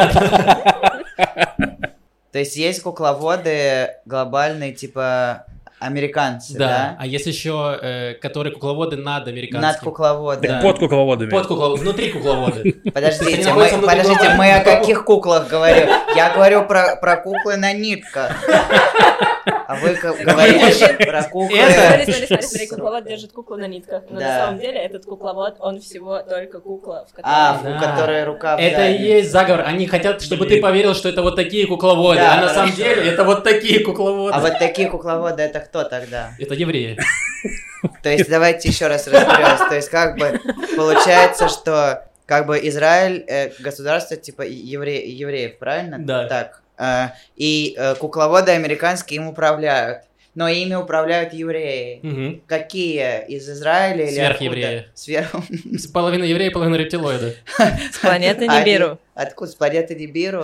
потратить. То есть есть кукловоды глобальные, типа американцы, Да, да? а есть еще, э, которые кукловоды над американскими. Над кукловодами. Да. Под кукловодами. Под кукловодами, внутри кукловоды. То есть Подождите, они мы, находятся внутри подождите, глобальных мы о кукловодов. каких куклах говорим? Я говорю про, про куклы на нитках. А вы ка- говорите про куклы... Это- Смотри, смотри, смотри, смотри, кукловод держит куклу на нитках. Но Да. на самом деле этот кукловод, он всего только кукла, в которой... А, Да. у которой рука в Это и заднице. есть заговор. Они хотят, чтобы Блин. ты поверил, что это вот такие кукловоды. Да, а на самом хорошо. деле это вот такие кукловоды. А вот такие кукловоды, это кто тогда? Это евреи. То есть давайте еще раз разберемся. То есть как бы получается, что как бы Израиль э, государство типа евре- евреев, правильно? Да. Так. Э, и э, кукловоды американские им управляют. Но ими управляют евреи. Мгм. Какие? Из Израиля или Сверхевреи. откуда? Сверх... Половина евреев, половина рептилоида. С планеты Они- Нибиру. Откуда? С планеты Нибиру?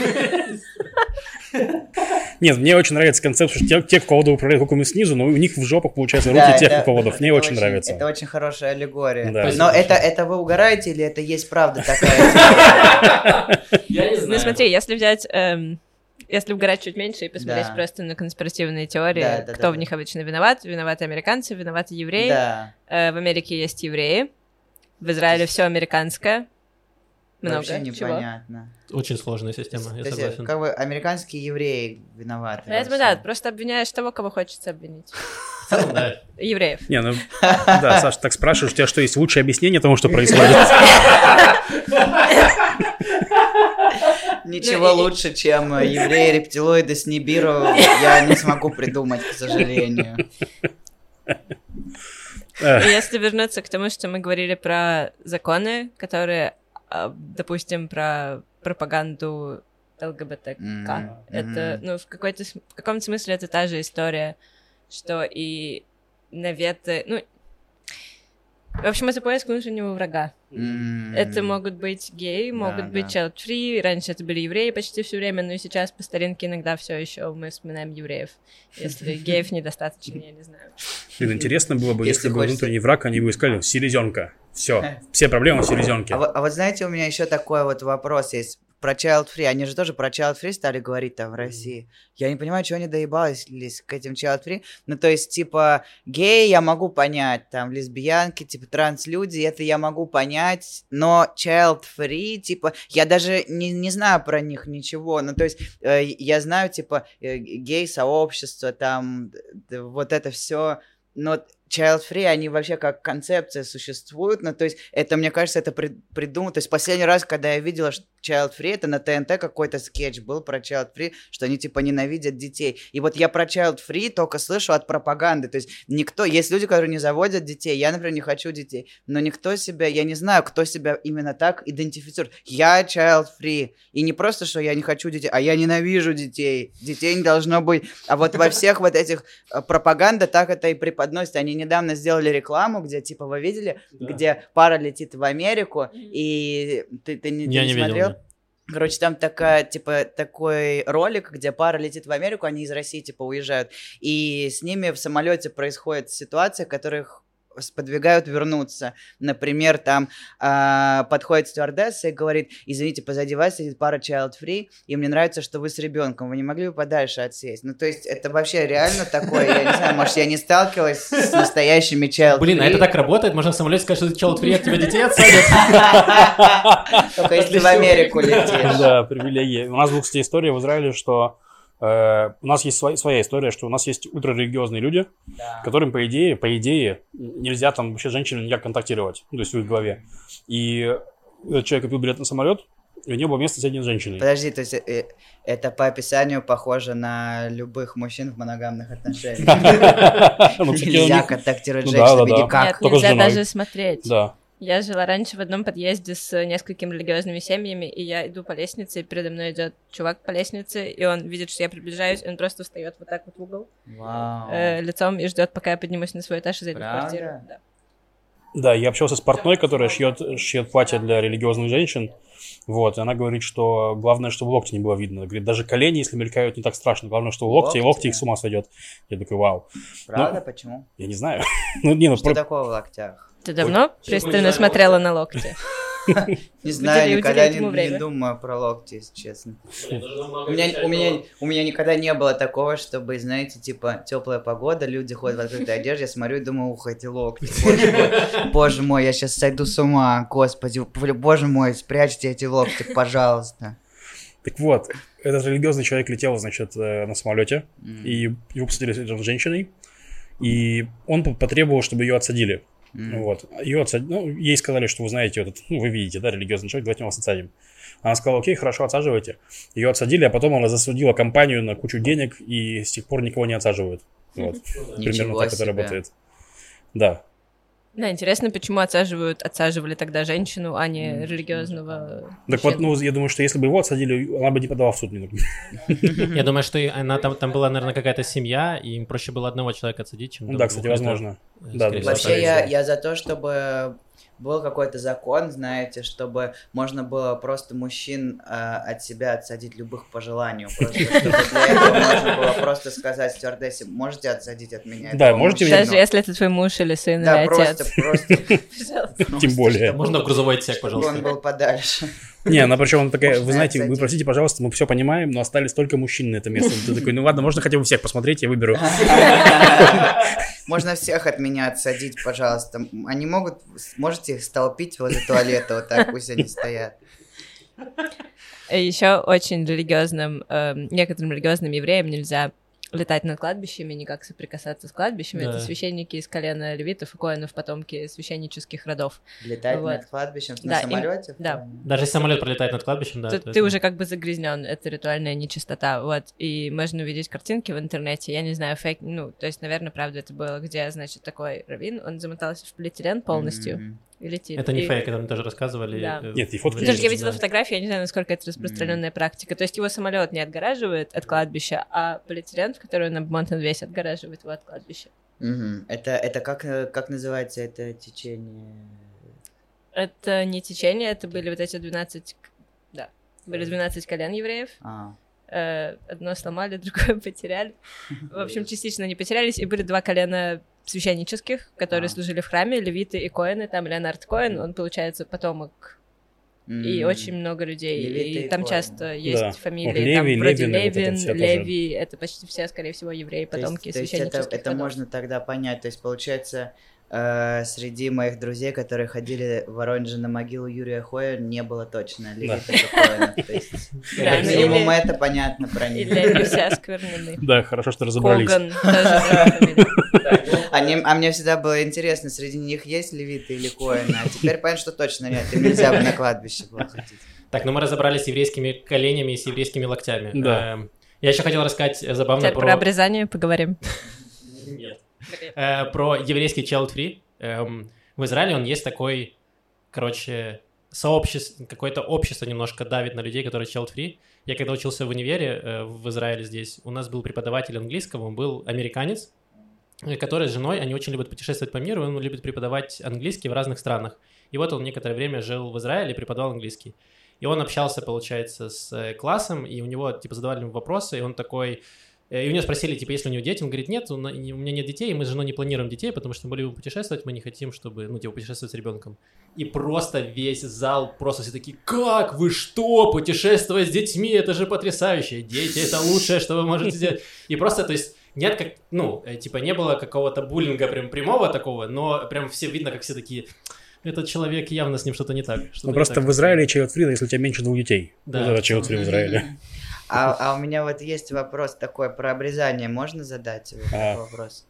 Нет, мне очень нравится концепт, что те, те кукловоды управляют куклами снизу, но у них в жопах, получается, руки Да, тех это- кукловодов. Мне это очень нравится. Это очень хорошая аллегория. Да. Но Спасибо это, большое. это вы угораете или это есть правда такая? Я не Ну знаю. смотри, если взять... эм, Если угорать чуть меньше и посмотреть Да. просто на конспиративные теории, Да, да, кто да, в да. них обычно виноват, виноваты американцы, виноваты евреи. Да. Э, В Америке есть евреи, в Израиле все американское. Много Вообще чего. непонятно. Очень сложная система, То я есть, согласен. как бы американские евреи виноваты. во Поэтому всем. да, просто обвиняешь того, кого хочется обвинить. В целом, да. Евреев. Не, ну, да, Саша, так спрашиваешь, у тебя что, есть лучшее объяснение тому, что происходит? Ничего Ну, и- лучше, чем э, евреи-рептилоиды с Нибиру, я не смогу придумать, к сожалению. Эх, И если вернуться к тому, что мы говорили про законы, которые, а, допустим, про пропаганду ЛГБТК. Мгм. Это, Мгм. ну, в, какой-то, см- в каком-то смысле это та же история, что и наветы, ну, в общем, это поиск внутреннего врага. М. Это могут быть геи, могут Да, быть да. child-free, раньше это были евреи почти все время, но и сейчас по старинке иногда все еще мы вспоминаем евреев. Если геев недостаточно, я не знаю. Блин, интересно было бы, Если если бы хочется- внутренний враг, они бы искали селезенка. Все, все проблемы в селезенке. А вот, а вот знаете, у меня еще такой вот вопрос есть про child free. Они же тоже про child free стали говорить там в России. Я не понимаю, чего они доебались к этим child free. Ну, то есть, типа, геи я могу понять, там, лесбиянки, типа, транслюди, это я могу понять, но child free, типа, я даже не, не знаю про них ничего. Ну, то есть, э, я знаю, типа, э, гей-сообщество, там, д- вот это все, но child free, они вообще как концепция существуют, ну, то есть, это, мне кажется, это при- придумано, то есть, последний раз, когда я видела что child free, это на ТНТ какой-то скетч был про child free, что они, типа, ненавидят детей, и вот я про child free только слышу от пропаганды, то есть, никто, есть люди, которые не заводят детей, я, например, не хочу детей, но никто себя, я не знаю, кто себя именно так идентифицирует, я child free, и не просто, что я не хочу детей, а я ненавижу детей, детей не должно быть, а вот во всех вот этих э, пропаганда так это и преподносит, они недавно сделали рекламу, где, типа, вы видели, Да. где пара летит в Америку, и ты, ты не, ты Я не не видел, смотрел? нет. Короче, там такая, типа, такой ролик, где пара летит в Америку, они из России, типа, уезжают, и с ними в самолете происходит ситуация, которых сподвигают вернуться. Например, там а, подходит стюардесса и говорит: извините, позади вас сидит пара child free, и мне нравится, что вы с ребенком, вы не могли бы подальше отсесть? Ну, то есть, это вообще реально такое, я не знаю, может, я не сталкивалась с настоящими child free. Блин, а это так работает? Можно в самолете сказать, что child free, от тебя детей отсадят? Только если в Америку летишь. Да, привилегии. У нас была, кстати, история в Израиле, что э, у нас есть своя, своя история, что у нас есть ультрарелигиозные люди, Да. которым, по идее, по идее, нельзя там вообще с женщинами никак контактировать, ну, то есть в их голове. И этот человек купил билет на самолет, и у него было место с одной женщиной. Подожди, то есть э, это по описанию похоже на любых мужчин в моногамных отношениях. Ну, кстати, у Нельзя них- контактировать с Ну да, женщинами да, да. никак. Нет, только с нельзя женой. даже смотреть. Да. Я жила раньше в одном подъезде с несколькими религиозными семьями, и я иду по лестнице, и передо мной идет чувак по лестнице, и он видит, что я приближаюсь, и он просто встает вот так вот в угол Вау. э, лицом и ждет, пока я поднимусь на свой этаж и зайду в Правда? квартиру. Да. Да, я общался с портной, которая шьет, шьет платья для религиозных женщин. Вот, и она говорит, что главное, чтобы локти не было видно. Говорит, даже колени, если мелькают, не так страшно. Главное, что локти, и Локти? локти их с ума сводят. Я такой, вау. Правда? Почему? Я не знаю. Ну, не, ну, Что про- такого в локтях? Ты давно Ой, пристально всё, смотрела на локти? Не знаю, Удели- никогда уделяй не, этому не время. думаю про локти, если честно. У меня, у, меня, у меня никогда не было такого, чтобы, знаете, типа, теплая погода, люди ходят в открытой одежде, я смотрю и думаю, ух, эти локти, боже мой, боже мой, я сейчас сойду с ума, господи, боже мой, спрячьте эти локти, пожалуйста. Так вот, этот религиозный человек летел, значит, э, на самолете, М. и его посадили рядом с женщиной, и он по- потребовал, чтобы ее отсадили. М. Вот. Ее отсадили, ну, ей сказали, что вы знаете, этот, ну, вы видите, да, религиозный человек, давайте мы вас отсадим. Она сказала, окей, хорошо, отсаживайте. Ее отсадили, а потом она засудила компанию на кучу денег, и с тех пор никого не отсаживают. Вот. Примерно Ничего так это себе. работает. Да. Да, интересно, почему отсаживают, отсаживали тогда женщину, а не М. религиозного Так вот, мужчину. ну, я думаю, что если бы его отсадили, она бы не подала в суд. ни- Я думаю, что и она там, там была, наверное, какая-то семья, и им проще было одного человека отсадить, чем... Ну там да, кстати, двух, возможно. э, Да, скорее да, всего, Вообще, я, скорее я за то, чтобы был какой-то закон, знаете, чтобы можно было просто мужчин а, от себя отсадить любых по желанию. Просто, чтобы для этого можно было просто сказать стюардессе, можете отсадить от меня Да, этого можете мужчину?» Даже если это твой муж или сын Да, или просто, отец. просто, Пожалуйста. Тем более. Можно в грузовой отсек, чтобы пожалуйста. он был подальше. Не, она причем она такая, Можно вы знаете, вы отсадить. простите, пожалуйста, мы все понимаем, но остались только мужчины на это место. Ты такой, ну ладно, можно хотя бы всех посмотреть, я выберу. Можно всех от меня отсадить, пожалуйста. Они могут, можете их столпить возле туалета, вот так пусть они стоят. Еще очень религиозным, эм, некоторым религиозным евреям нельзя летать над кладбищами, никак соприкасаться с кладбищами. Да. Это священники из колена левитов и коэнов, потомки священнических родов. Летать Вот. над кладбищем Да, на им- самолете? да. Даже если самолет пролетает над кладбищем, да. Тут то ты это- уже как бы загрязнен, это ритуальная нечистота, вот, и можно увидеть картинки в интернете, я не знаю, фейк, ну, то есть, наверное, правда это было, где, значит, такой раввин, он замотался в полиэтилен полностью, Мгм. и летит. Это не и... фейк, это мы тоже рассказывали. Да. э, Нет, и фотки в есть. Даже я речи, видела да. фотографии, я не знаю, насколько это распространенная mm. практика. То есть его самолет не отгораживает от кладбища, а полиэтилен, в который он обмотан весь, отгораживает его от кладбища. Mm-hmm. Это, это как, как называется это течение? Это не течение, это были вот эти двенадцать... Да, были двенадцать колен евреев. А. Одно сломали, другое потеряли. В общем, частично они потерялись, и были два колена священнических, которые а. служили в храме, левиты и коэны. Там Леонард Коэн, он, получается, потомок. Mm. И очень много людей. Левиты и и там Коэн. часто есть Да. фамилии. Вот Леви, там вроде Левины, Левин, вот это Леви. Это почти все, скорее всего, евреи, потомки то есть, священнических. То есть это, это можно тогда понять. То есть, получается, э, среди моих друзей, которые ходили в Воронеже на могилу Юрия Хоя, не было точно левитов и коэнов. То есть, как минимум, это понятно про них. Или они все осквернены. Да, хорошо, что разобрались. Коган тоже. А мне всегда было интересно, среди них есть левиты или коэны, а теперь понятно, что точно нет, им нельзя бы на кладбище было ходить. Так, ну мы разобрались с еврейскими коленями и с еврейскими локтями. Да. Эм, Я еще хотел рассказать забавно Теперь про... про обрезание поговорим. Нет. Э, Про еврейский child-free. Эм, В Израиле он есть такой, короче, сообщество, какое-то общество немножко давит на людей, которые child-free. Я когда учился в универе э, в Израиле здесь, у нас был преподаватель английского, он был американец, э, который с женой, они очень любят путешествовать по миру, он любит преподавать английский в разных странах. И вот он некоторое время жил в Израиле и преподавал английский. И он общался, получается, с классом, и у него, типа, задавали ему вопросы, и он такой... И у него спросили, типа, есть ли у него дети? Он говорит, нет, у меня нет детей, и мы с женой не планируем детей, потому что мы любим путешествовать, мы не хотим, чтобы, ну, типа, путешествовать с ребенком. И просто весь зал, просто все такие, как, вы что, путешествовать с детьми, это же потрясающе, дети, это лучшее, что вы можете сделать. И просто, то есть, нет, как, ну, типа, не было какого-то буллинга прям прямого такого, но прям все видно, как все такие... Этот человек, явно с ним что-то не так. Что-то ну, просто так. в Израиле child-free, если у тебя меньше двух детей. Да. Вот это child-free в Израиле. А, а у меня вот есть вопрос такой про обрезание. Можно задать его А. вопрос?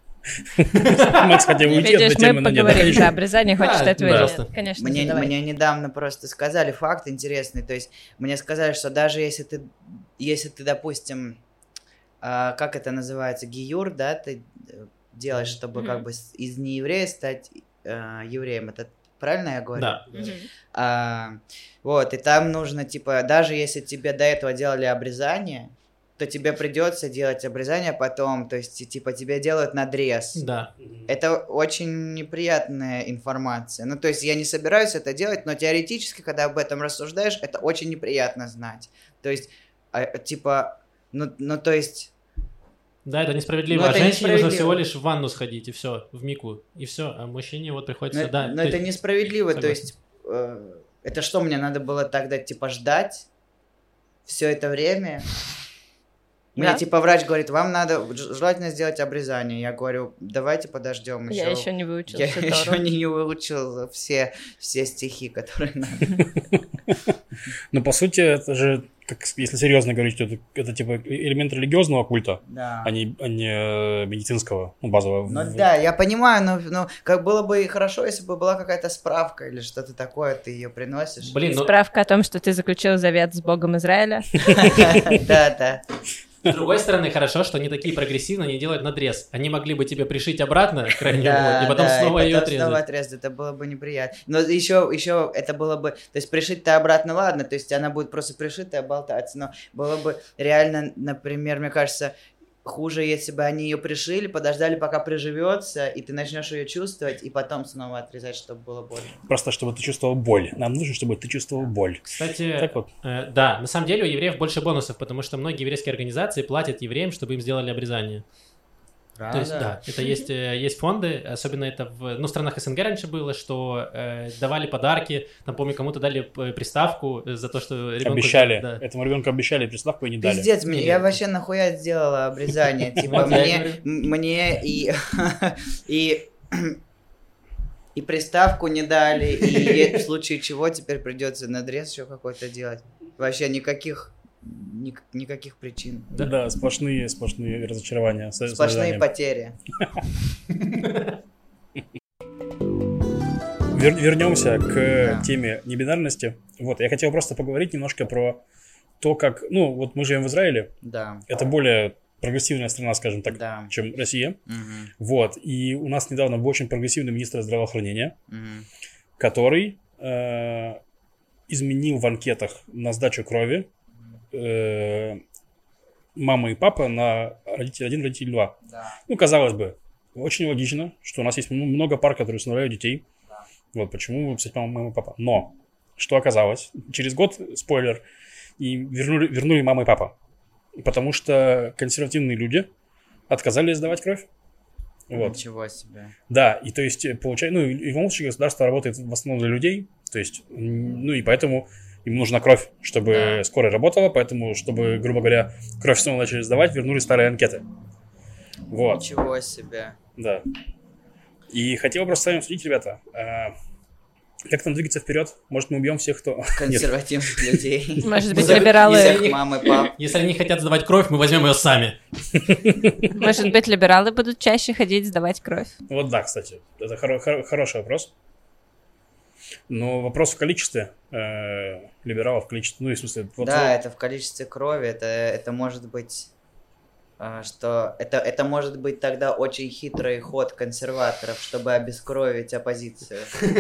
Макс хотел уйти от Видишь, этой темы, мы но нет. поговорим про обрезание, хочешь Да, ты этого или пожалуйста. нет? Конечно, Мне, задавай. мне недавно просто сказали факт интересный. То есть мне сказали, что даже если ты, если ты, допустим, а, как это называется, гиюр, да, ты делаешь, чтобы Мгм. как бы с- из нееврея стать а, евреем. Это правильно я говорю? Да. Мгм. А, вот, и там нужно, типа, даже если тебе до этого делали обрезание, то тебе придется делать обрезание потом, то есть, типа, тебе делают надрез. Да. Это очень неприятная информация. Ну, то есть, я не собираюсь это делать, но теоретически, когда об этом рассуждаешь, это очень неприятно знать. То есть, а, типа, ну, ну, то есть... Да, это несправедливо. Ну, а это женщине нужно несправедливо. всего лишь в ванну сходить, и все, в мику, и все. А мужчине вот приходится, Но, да. но то это есть- несправедливо, то согласен. есть, э, это что, мне надо было тогда, типа, ждать все это время? Мне, Да. типа, врач говорит, вам надо ж- желательно сделать обрезание. Я говорю, давайте подождем еще. Я еще не выучила Я Тору. еще не, не выучил все, все стихи, которые надо. Ну, по сути, это же, как, если серьезно говорить, это, это типа элемент религиозного культа, Да. а не, а не э, медицинского, ну, базового. Ну В- да, я понимаю, но, но как было бы и хорошо, если бы была какая-то справка или что-то такое, ты ее приносишь. Блин, ну, Справка о том, что ты заключил завет с Богом Израиля. Да, да. с другой стороны, хорошо, что они такие прогрессивные, они делают надрез. Они могли бы тебе пришить обратно крайнюю боль, и потом да, снова и ее потом отрезать. снова отрезать, это было бы неприятно. Но еще, еще это было бы, то есть пришить-то обратно, ладно, то есть она будет просто пришитая, болтаться, но было бы реально, например, мне кажется, хуже, если бы они ее пришили, подождали, пока приживется, и ты начнешь ее чувствовать, и потом снова отрезать, чтобы было больно. Просто чтобы ты чувствовал боль. Нам нужно, чтобы ты чувствовал боль. Кстати, Так вот. э, да, на самом деле у евреев больше бонусов, потому что многие еврейские организации платят евреям, чтобы им сделали обрезание. То есть, да, это есть, э, есть фонды, особенно это в, ну, в странах СНГ раньше было, что э, давали подарки, там, помню, кому-то дали э, приставку э, за то, что ребенку... Обещали. Да. Этому ребенку обещали приставку и не дали. Пиздец, мне, Не, я нет. вообще нахуя сделала обрезание, типа Вот я и мне, говорю. м- мне и, и, и приставку не дали, и в случае чего теперь придется надрез еще какой-то делать. Вообще никаких, ник- никаких причин. Да, да, сплошные, сплошные разочарования. с- Сплошные страдания. потери. Вер- вернемся к Да. теме небинарности. Вот, я хотел просто поговорить немножко про то, как... Ну, вот мы живем в Израиле. Да, Это более прогрессивная страна, скажем так, да. чем Россия. Мгм, Вот, и у нас недавно был очень прогрессивный министр здравоохранения, мгм. который э, изменил в анкетах на сдачу крови э, мама и папа на родитель один, родитель два. Да. Ну, казалось бы, очень логично, что у нас есть много пар, которые усыновляют детей. Да. Вот почему, кстати, мама и папа. Но, что оказалось, через год, спойлер, и вернули, вернули мама и папа. Потому что консервативные люди отказались сдавать кровь. Вот. Ничего себе. Да, и то есть, получается, ну, и в любом случае государство работает в основном для людей, то есть, ну, и поэтому им нужна кровь, чтобы Да. скорая работала, поэтому, чтобы, грубо говоря, кровь снова начали сдавать, вернули старые анкеты. Вот, Ничего себе. да. И хотел просто с вами обсудить, ребята, а, как нам двигаться вперед? Может, мы убьем всех, кто... Нет. Консервативных людей. Может быть, Если- либералы... Всех мам и пап. Если они хотят сдавать кровь, мы возьмем ее сами. Может быть, либералы будут чаще ходить сдавать кровь. Вот да, кстати, это хоро- хоро- хороший вопрос. Но вопрос в количестве э, либералов, в количестве, ну, и в смысле... Вот, Да, это в количестве крови, это, это может быть, а, что это, это может быть тогда очень хитрый ход консерваторов, чтобы обескровить оппозицию.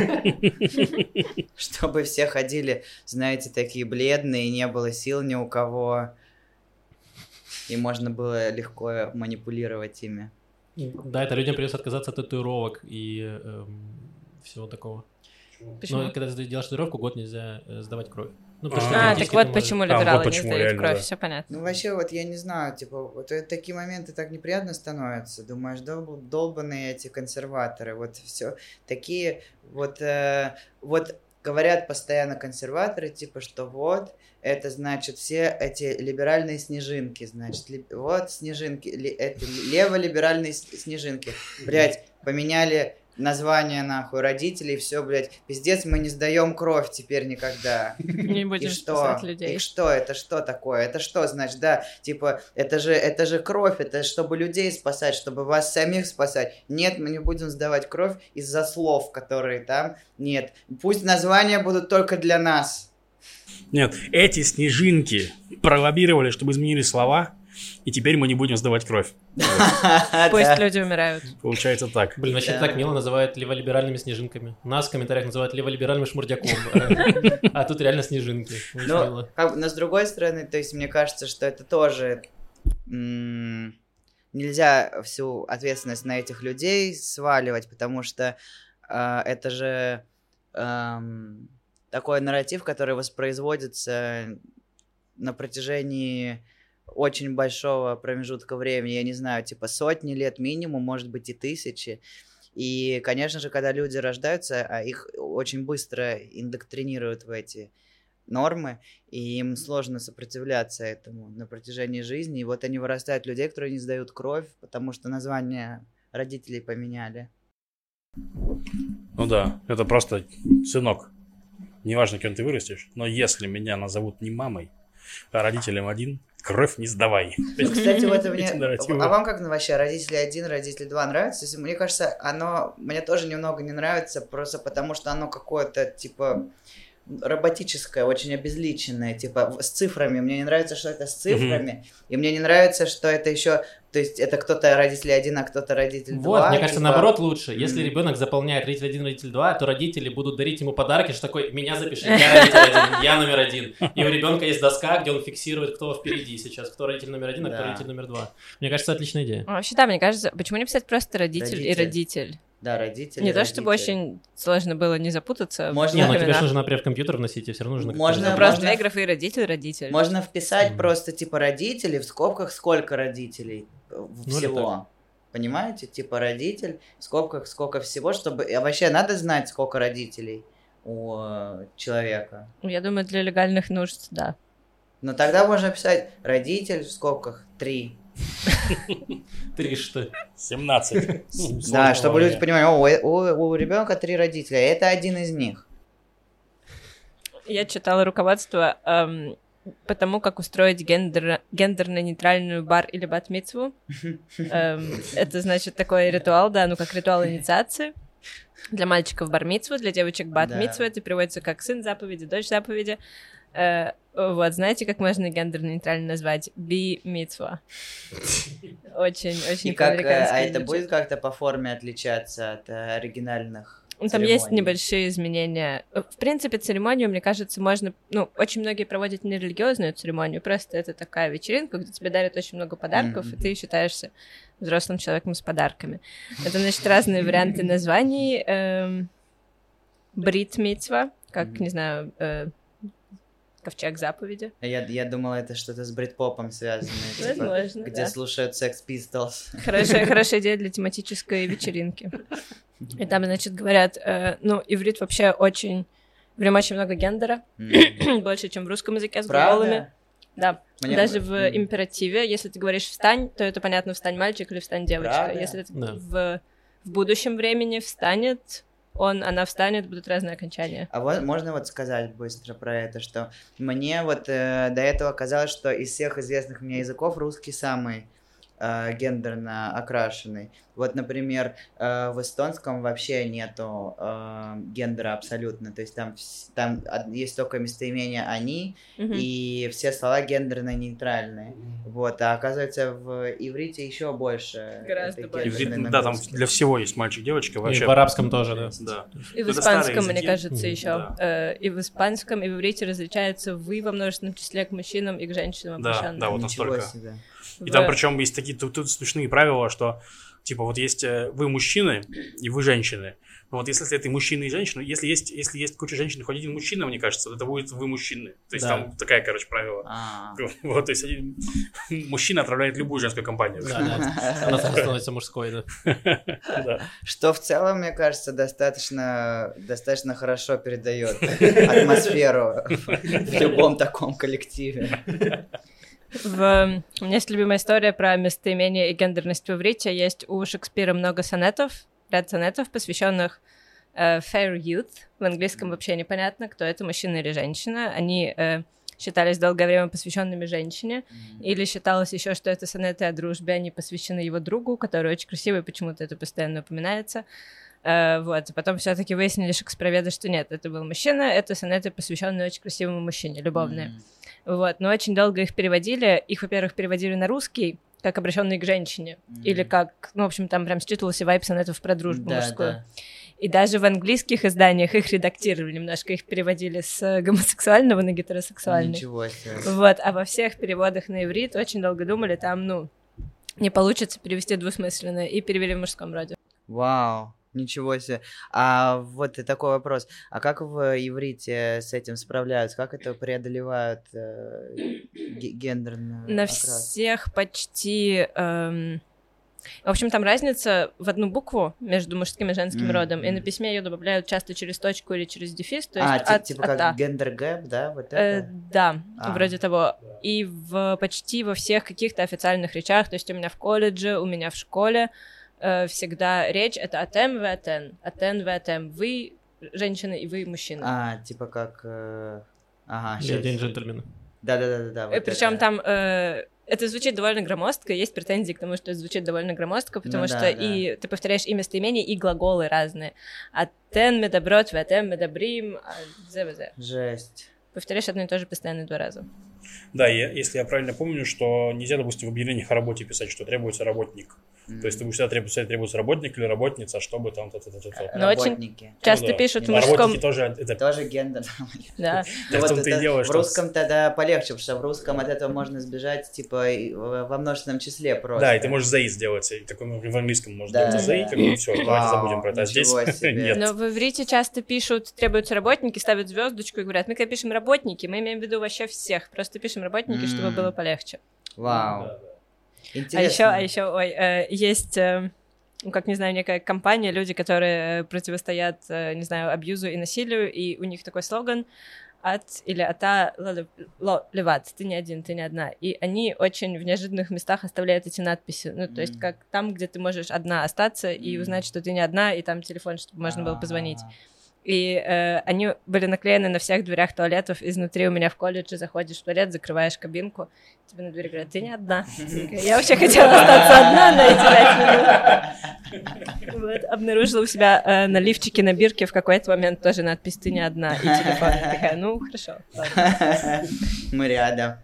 Чтобы все ходили, знаете, такие бледные, не было сил ни у кого, и можно было легко манипулировать ими. Да, это людям придется отказаться от татуировок и эм, всего такого. Почему? Но когда ты делаешь татуировку, год нельзя э, сдавать кровь. Ну, потому что А, А, так теоретически вот ты можешь- почему А, либералы вот не почему, сдают реально, кровь, да. все понятно. Ну, вообще, вот я не знаю, типа, вот э- такие моменты так неприятно становятся. Думаешь, дол- долбаные эти консерваторы, вот все такие, вот, э, вот говорят постоянно консерваторы, типа, что вот, это значит все эти либеральные снежинки, значит, ли- вот снежинки, ли- это леволиберальные с- снежинки, блядь, поменяли название, нахуй, родителей, все, блядь, пиздец, мы не сдаем кровь теперь никогда. Не И будешь что? спасать И людей. что? Это что такое? Это что значит? Да, типа, это же, это же кровь, это чтобы людей спасать, чтобы вас самих спасать. Нет, мы не будем сдавать кровь из-за слов, которые там. Нет, пусть названия будут только для нас. Нет, эти снежинки пролоббировали, чтобы изменили слова, и теперь мы не будем сдавать кровь. Пусть Да. люди умирают. Получается так. Блин, вообще Да. так мило называют леволиберальными снежинками. Нас в комментариях называют леволиберальным шмурдяком. э, А тут реально снежинки. Очень Ну, мило. как бы, но с другой стороны, то есть мне кажется, что это тоже м, нельзя всю ответственность на этих людей сваливать, потому что а, это же ам, такой нарратив, который воспроизводится на протяжении очень большого промежутка времени, я не знаю, типа сотни лет минимум, может быть и тысячи. И, конечно же, когда люди рождаются, а их очень быстро индоктринируют в эти нормы, и им сложно сопротивляться этому на протяжении жизни. И вот они вырастают людей, которые не сдают кровь, потому что название родителей поменяли. Ну да, это просто сынок. Неважно, кем ты вырастешь, но если меня назовут не мамой, а родителем один, кровь не сдавай. Кстати, вот мне... Эти нарративы. А вам как вообще родители один, родители два нравится? Если- Мне кажется, оно мне тоже немного не нравится, просто потому что оно какое-то, типа, роботическое, очень обезличенное, типа, в- с цифрами. Мне не нравится, что это с цифрами, и мне не нравится, что это еще... То есть это кто-то родитель один, а кто-то родитель два. Вот, мне кажется, типа. наоборот лучше. Если Мгм. ребенок заполняет родитель один, родитель два, то родители будут дарить ему подарки, что такой, меня запиши, я родитель один, я номер один. И у ребенка есть доска, где он фиксирует, кто впереди сейчас, кто родитель номер один, а кто Да. родитель номер два. Мне кажется, отличная идея. А Вообще, да, мне кажется, почему не писать просто родитель, и Родитель. родитель? Да, родители. Не то, чтобы родители. очень сложно было не запутаться. в Можно- Не, ну ну, тебе именах. же нужно, например, в компьютер вносить, тебе все равно нужно... как-то Можно- Ну, разобрать. просто можно- две графы родитель, родитель. Можно вписать Мгм. просто, типа, родители, в скобках сколько родителей э, Ну, или всего. Понимаете? Типа, родитель, в скобках сколько всего, чтобы... А вообще надо знать, сколько родителей у э, человека. Я думаю, для легальных нужд, да. Но тогда можно писать родитель в скобках три. Три что? семнадцать. Ну, Да, сложного чтобы люди времени. понимали, о, э- у, у ребенка три родителя, это один из них. Я читала руководство эм, по тому, как устроить гендер... гендерно-нейтральную бар или бат-мицву. Эм, это, значит, такой ритуал, да, ну, как ритуал инициации. Для мальчиков бар-мицву, для девочек бат-мицву. Да. Это переводится как сын заповеди, дочь заповеди. Э, вот, знаете, как можно гендерно-нейтрально назвать? Би-мицва. Очень, очень И как, э, а по-американски это звучит. будет как-то по форме отличаться от э, оригинальных? Там церемонии. Есть небольшие изменения. В принципе, церемонию, мне кажется, можно... Ну, очень многие проводят не религиозную церемонию, просто это такая вечеринка, где тебе дарят очень много подарков, mm-hmm. и ты считаешься взрослым человеком с подарками. Это, значит, разные варианты названий. Эм, брит-мицва, как, mm-hmm. не знаю... Э, ковчег заповеди. Я, я думала, это что-то с брит-попом связано. Возможно, где да. слушают Sex Pistols. Хорошая, хорошая идея для тематической вечеринки. И там, значит, говорят, э, ну, иврит вообще очень... В нем очень много гендера, mm. больше, чем в русском языке с глаголами. Да. Мне Даже в mm. императиве, если ты говоришь «встань», то это понятно, «встань, мальчик» или «встань, девочка». Правда? Если это да. в, в будущем времени «встанет», он, она встанет, будут разные окончания. А вот можно вот сказать быстро про это, что мне вот э, до этого казалось, что из всех известных мне языков русский самый э, гендерно окрашенный. Вот, например, э, в эстонском вообще нету э, гендера абсолютно, то есть там, там есть только местоимение «они», mm-hmm. и все слова гендерно-нейтральные. Mm-hmm. Вот, а оказывается в иврите еще больше. Гораздо больше. Иврит, да, там для всего есть мальчик-девочка. Вообще. И в арабском тоже, да. да. И в это испанском, мне кажется, mm-hmm. еще. Да. И в испанском, и в иврите различается «вы» во множественном числе к мужчинам и к женщинам. Да, да, вот настолько. Себе. И в... там причем есть такие тут, тут смешные правила, что типа вот есть э, вы мужчины и вы женщины. Но вот если это мужчины и женщины, если есть, если есть куча женщин и хоть один мужчина, мне кажется, это будет вы мужчины. То есть да. там такая, короче, правило. А-а-а. Вот, то есть один мужчина отправляет любую женскую компанию. Да, да. Она становится мужской, да. Что в целом, мне кажется, достаточно, достаточно хорошо передает атмосферу в любом таком коллективе. В... У меня есть любимая история про местоимение и гендерность в иврите. Есть у Шекспира много сонетов, ряд сонетов, посвященных э, fair youth. В английском вообще непонятно, кто это, мужчина или женщина. Они э, считались долгое время посвященными женщине, mm-hmm. или считалось еще, что это сонеты о дружбе, они посвящены его другу, который очень красивый, почему-то это постоянно упоминается. Uh, вот, потом все-таки выяснили шекспироведы, что нет, это был мужчина, это сонеты, посвященные очень красивому мужчине, любовные. Mm-hmm. Вот, но очень долго их переводили. Их, во-первых, переводили на русский, как обращенные к женщине, mm-hmm. или как, ну, в общем, там прям считывался вайб сонетов про дружбу да, мужскую. Да. И даже в английских изданиях их редактировали немножко, их переводили с гомосексуального на гетеросексуальный. Ничего себе. Вот, а во всех переводах на иврит очень долго думали, там, ну, не получится перевести двусмысленно, и перевели в мужском роде. Вау. Ничего себе. А вот и такой вопрос. А как в иврите с этим справляются? Как это преодолевают э, гендерную На окрас? всех почти... Эм... В общем, там разница в одну букву между мужским и женским mm-hmm. родом, и на письме ее добавляют часто через точку или через дефис, то есть а, от, типа от, как от, гендер-гэп, да? Вот это? Э, да, а. вроде того. И в почти во всех каких-то официальных речах, то есть у меня в колледже, у меня в школе, всегда речь это атем в атен, атен в атем, вы женщины и вы мужчины. А, типа как... Э... Ага, сейчас. День джентльмена. Да-да-да. Вот причем это. там... Э... Это звучит довольно громоздко, есть претензии к тому, что это звучит довольно громоздко, потому ну, что да, и да. ты повторяешь и местоимения, и глаголы разные. Атен медоброт, в атем медобрим, зе-зе. Жесть. Повторяешь одно и то же постоянно два раза. Да, я, если я правильно помню, что нельзя, допустим, в объявлениях о работе писать, что требуется работник. Mm-hmm. То есть ты всегда требуется, требуется работник или работница, чтобы там... то-то-то-то. Но очень часто ну, да. пишут в мужском... Работники тоже... Это... Тоже гендер. Да. В русском тогда полегче, потому что в русском от этого можно сбежать, типа, во множественном числе просто. Да, и ты можешь «they» сделать, в английском можно сделать «they», как бы все, давайте забудем про это. А здесь нет. Но в иврите часто пишут, требуются работники, ставят звездочку и говорят, мы когда пишем работники, мы имеем в виду вообще всех, просто пишем работники, чтобы было полегче. Вау. Интересно. А еще, а еще, ой, э, есть, э, ну, как, не знаю, некая компания, люди, которые противостоят, э, не знаю, абьюзу и насилию, и у них такой слоган «Ат» или «Ата ло леват», ты не один, ты не одна. И они очень в неожиданных местах оставляют эти надписи, ну, то есть как там, где ты можешь одна остаться и узнать, что ты не одна, и там телефон, чтобы можно было позвонить. И э, они были наклеены на всех дверях туалетов. Изнутри у меня в колледже заходишь в туалет, закрываешь кабинку, тебе на двери говорят, ты не одна. Я вообще хотела остаться одна на эти пять минут. Вот, обнаружила у себя э, на лифчике, на бирке в какой-то момент тоже надпись «Ты не одна» и телефон. Такая, ну, хорошо. Ладно. Мы рядом.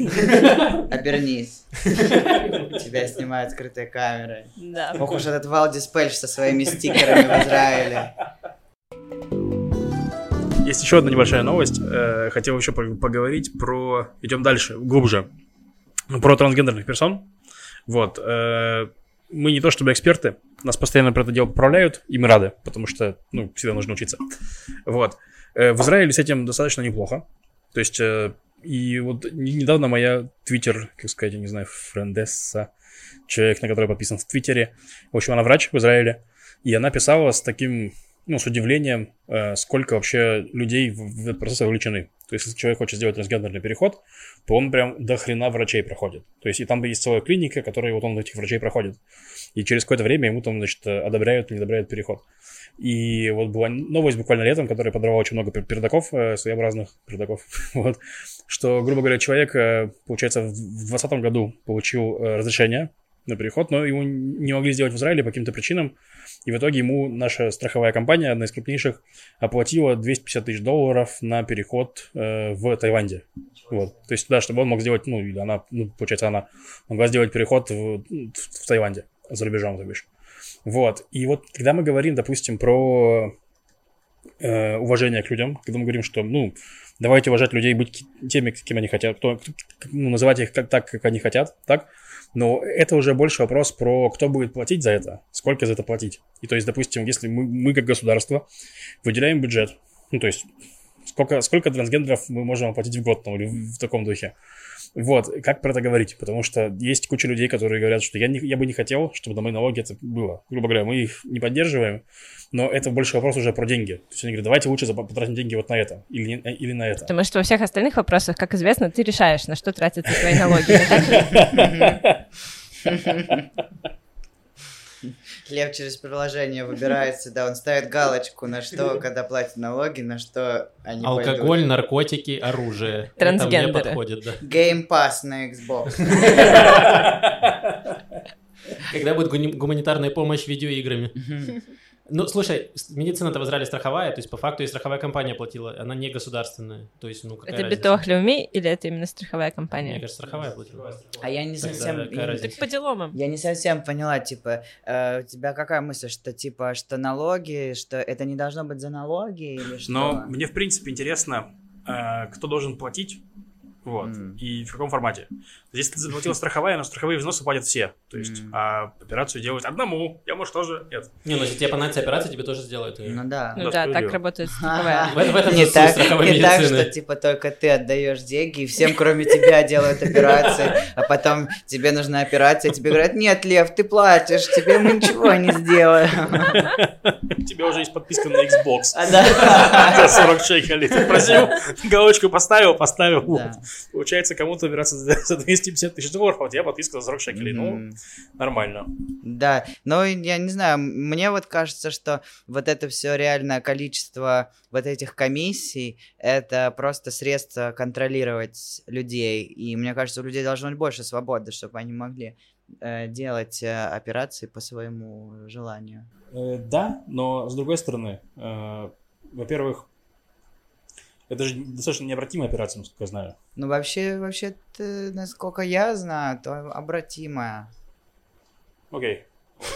Обернись. Тебя снимают скрытой камерой. Да. Ох уж этот Валдис Пельш со своими стикерами в Израиле. Есть еще одна небольшая новость. Э, хотел еще поговорить про... Идем дальше, глубже. Про трансгендерных персон. Вот. Э, мы не то чтобы эксперты, нас постоянно про это дело поправляют, и мы рады, потому что, ну, всегда нужно учиться. Вот. Э, в Израиле с этим достаточно неплохо. То есть, э, и вот недавно моя твиттер, как сказать, я не знаю, френдесса, человек, на который подписан в Твиттере, в общем, она врач в Израиле, и она писала с таким... ну, с удивлением, э, сколько вообще людей в, в этот процесс вовлечены. То есть, если человек хочет сделать трансгендерный переход, то он прям до хрена врачей проходит. То есть, и там есть целая клиника, которая вот он этих врачей проходит. И через какое-то время ему там, значит, одобряют или не одобряют переход. И вот была новость буквально летом, которая подорвала очень много пердаков, э, своеобразных пердаков, вот, что, грубо говоря, человек, э, получается, в двадцатом году получил э, разрешение на переход, но его не могли сделать в Израиле по каким-то причинам. И в итоге ему наша страховая компания, одна из крупнейших, оплатила двести пятьдесят тысяч долларов на переход э, в Таиланде. Вот. То есть, да, чтобы он мог сделать, ну, или она, ну, получается, она могла сделать переход в, в Таиланде, за рубежом, то бишь. Вот. И вот, когда мы говорим, допустим, про э, уважение к людям, когда мы говорим, что, ну, давайте уважать людей, быть теми, кем они хотят, кто, ну, называть их как, так, как они хотят, так? Но это уже больше вопрос про кто будет платить за это, сколько за это платить. И то есть, допустим, если мы, мы как государство выделяем бюджет, ну, то есть, сколько, сколько трансгендеров мы можем оплатить в год, ну, или в, в таком духе. Вот, как про это говорить? Потому что есть куча людей, которые говорят, что я, не, я бы не хотел, чтобы на мои налоги это было. Грубо говоря, мы их не поддерживаем, но это больше вопрос уже про деньги. То есть они говорят, давайте лучше потратим деньги вот на это или, не, или на это. Потому что во всех остальных вопросах, как известно, ты решаешь, на что тратятся твои налоги. Лев через приложение выбирается, да, он ставит галочку, на что, когда платит налоги, на что они Алкоголь, пойдут. Наркотики, оружие. Трансгендеры. Это мне подходит, да. Game Pass на Xbox. Когда будет гуни- гуманитарная помощь видеоиграми. Ну, слушай, медицина-то в Израиле страховая, то есть по факту и страховая компания платила, она не государственная, то есть, ну, какая Это разница? Битох Леуми или это именно страховая Мне компания? кажется, страховая платила. А я не Тогда совсем... какая я- разница? Так по делам. Я не совсем поняла, типа, э, у тебя какая мысль, что, типа, что налоги, что это не должно быть за налоги или что? Но мне, в принципе, интересно, э, кто должен платить, вот, Mm. и в каком формате. Если заплатила страховая, но страховые взносы платят все. То есть, Mm. а операцию делают одному, я, может, тоже нет. Не, ну если тебе понадобится операция, тебе тоже сделают её. Ну да. Ну Да, да, так справедливо. работает страховая. В, в этом Не же суть так, страховой не так, медицины. что типа только ты отдаешь деньги, и всем, кроме тебя, делают операции, а потом тебе нужна операция, тебе говорят, нет, Лев, ты платишь, тебе мы ничего не сделаем. У тебя уже есть подписка на Xbox. А, да. За сорок шекелей. Ты просил, галочку поставил, поставил. Вот. Да. Получается, кому-то операция за за двести пятьдесят тысяч долларов, а у тебя подписка за сорок шекелей. Ну, Мгм. нормально. Да, но я не знаю, мне вот кажется, что вот это все реальное количество вот этих комиссий, это просто средство контролировать людей, и мне кажется, у людей должно быть больше свободы, чтобы они могли э, делать э, операции по своему желанию. Э, да, но с другой стороны, э, во-первых, это же достаточно необратимая операция, насколько я знаю. Ну, вообще, вообще, насколько я знаю, то обратимая. Окей.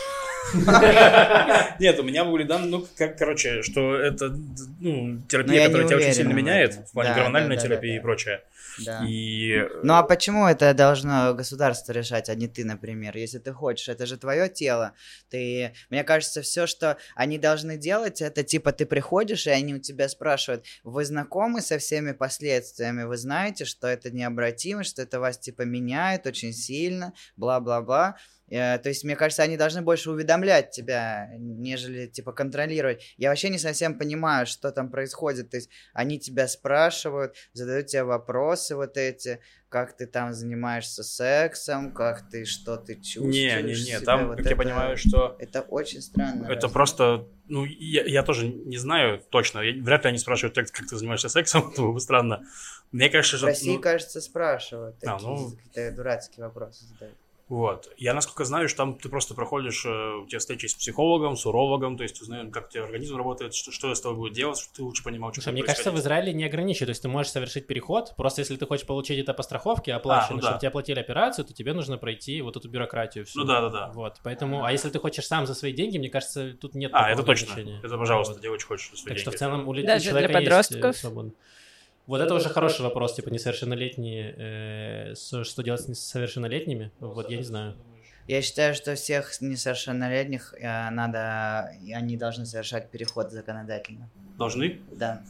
Нет, у меня были данные, ну, как, короче, что это, ну, Но терапия, я которая не тебя очень уверен сильно в меняет, этом. в плане Да, гормональной да, да, терапии да, и да. прочее. Да. И... Ну а почему это должно государство решать, а не ты, например, если ты хочешь? Это же твое тело. Ты, мне кажется, все, что они должны делать, это типа ты приходишь, и они у тебя спрашивают, вы знакомы со всеми последствиями? Вы знаете, что это необратимо, что это вас типа меняет очень сильно, бла-бла-бла. Э, То есть, мне кажется, они должны больше уведомлять тебя, нежели, типа, контролировать. Я вообще не совсем понимаю, что там происходит. То есть, они тебя спрашивают, задают тебе вопросы вот эти, как ты там занимаешься сексом, как ты, что ты чувствуешь. Не, не, не, себя. там, Вот как я это- понимаю, что Это очень странно. это разве? просто, ну, я, я тоже не знаю точно, я- вряд ли они спрашивают, как, как ты занимаешься сексом, это было бы странно. Мне кажется, В что... России, ну, кажется, спрашивают. А, Такие ну. какие-то дурацкие вопросы задают. Вот. Я, насколько знаю, что там ты просто проходишь, у тебя встречи с психологом, с урологом, то есть узнаешь, как у тебя организм работает, что, что с тобой будет делать, чтобы ты лучше понимал, что Слушай, мне происходить. кажется, в Израиле не ограничивают, то есть ты можешь совершить переход, просто если ты хочешь получить это по страховке оплачено, а, ну, чтобы да. тебе оплатили операцию, то тебе нужно пройти вот эту бюрократию всю. Ну да-да-да. Вот, поэтому, а если ты хочешь сам за свои деньги, мне кажется, тут нет а, такого ограничения. А, это точно, это, пожалуйста, вот. Делать хочешь за свои так деньги. Так что в целом у людей Даже человека для подростков? Есть свобода. Вот это уже хороший вопрос, типа несовершеннолетние, э, что делать с несовершеннолетними, вот я не знаю. Я считаю, что всех несовершеннолетних э, надо, они должны совершать переход законодательно. Должны? Да.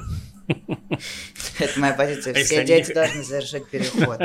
Это моя позиция. Все дети должны совершать переход.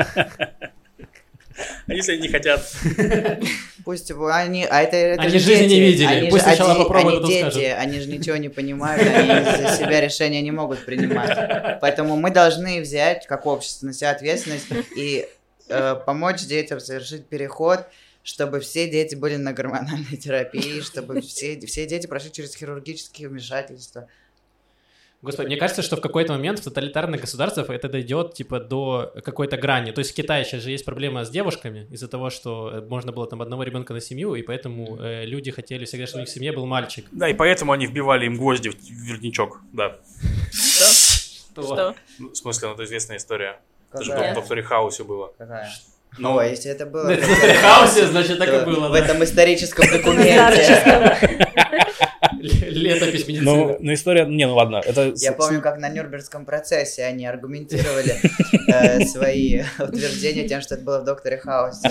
А если они не хотят? Пусть они... А это, это они жизни не видели. Они Пусть же, сначала они, попробуют, они потом дети, скажут. Они же ничего не понимают, они за себя решения не могут принимать. Поэтому мы должны взять, как общество, на себя ответственность и э, помочь детям совершить переход, чтобы все дети были на гормональной терапии, чтобы все, все дети прошли через хирургические вмешательства. Господи, мне кажется, что в какой-то момент в тоталитарных государствах это дойдет типа до какой-то грани. То есть в Китае сейчас же есть проблема с девушками из-за того, что можно было там одного ребенка на семью, и поэтому э, люди хотели всегда, чтобы у них в семье был мальчик. Да, и поэтому они вбивали им гвозди в воротничок, да. Что? Что? В смысле, ну это известная история. Это же Какая? в Докторе Хаусе было. Какая? Ну, О, если это было... В Докторе Хаусе, значит, так и было. В этом историческом документе. Летопись медицины. Ну, ну, история... Не, ну ладно. Это... Я помню, как на Нюрнбергском процессе они аргументировали э, свои утверждения тем, что это было в Докторе Хаусе.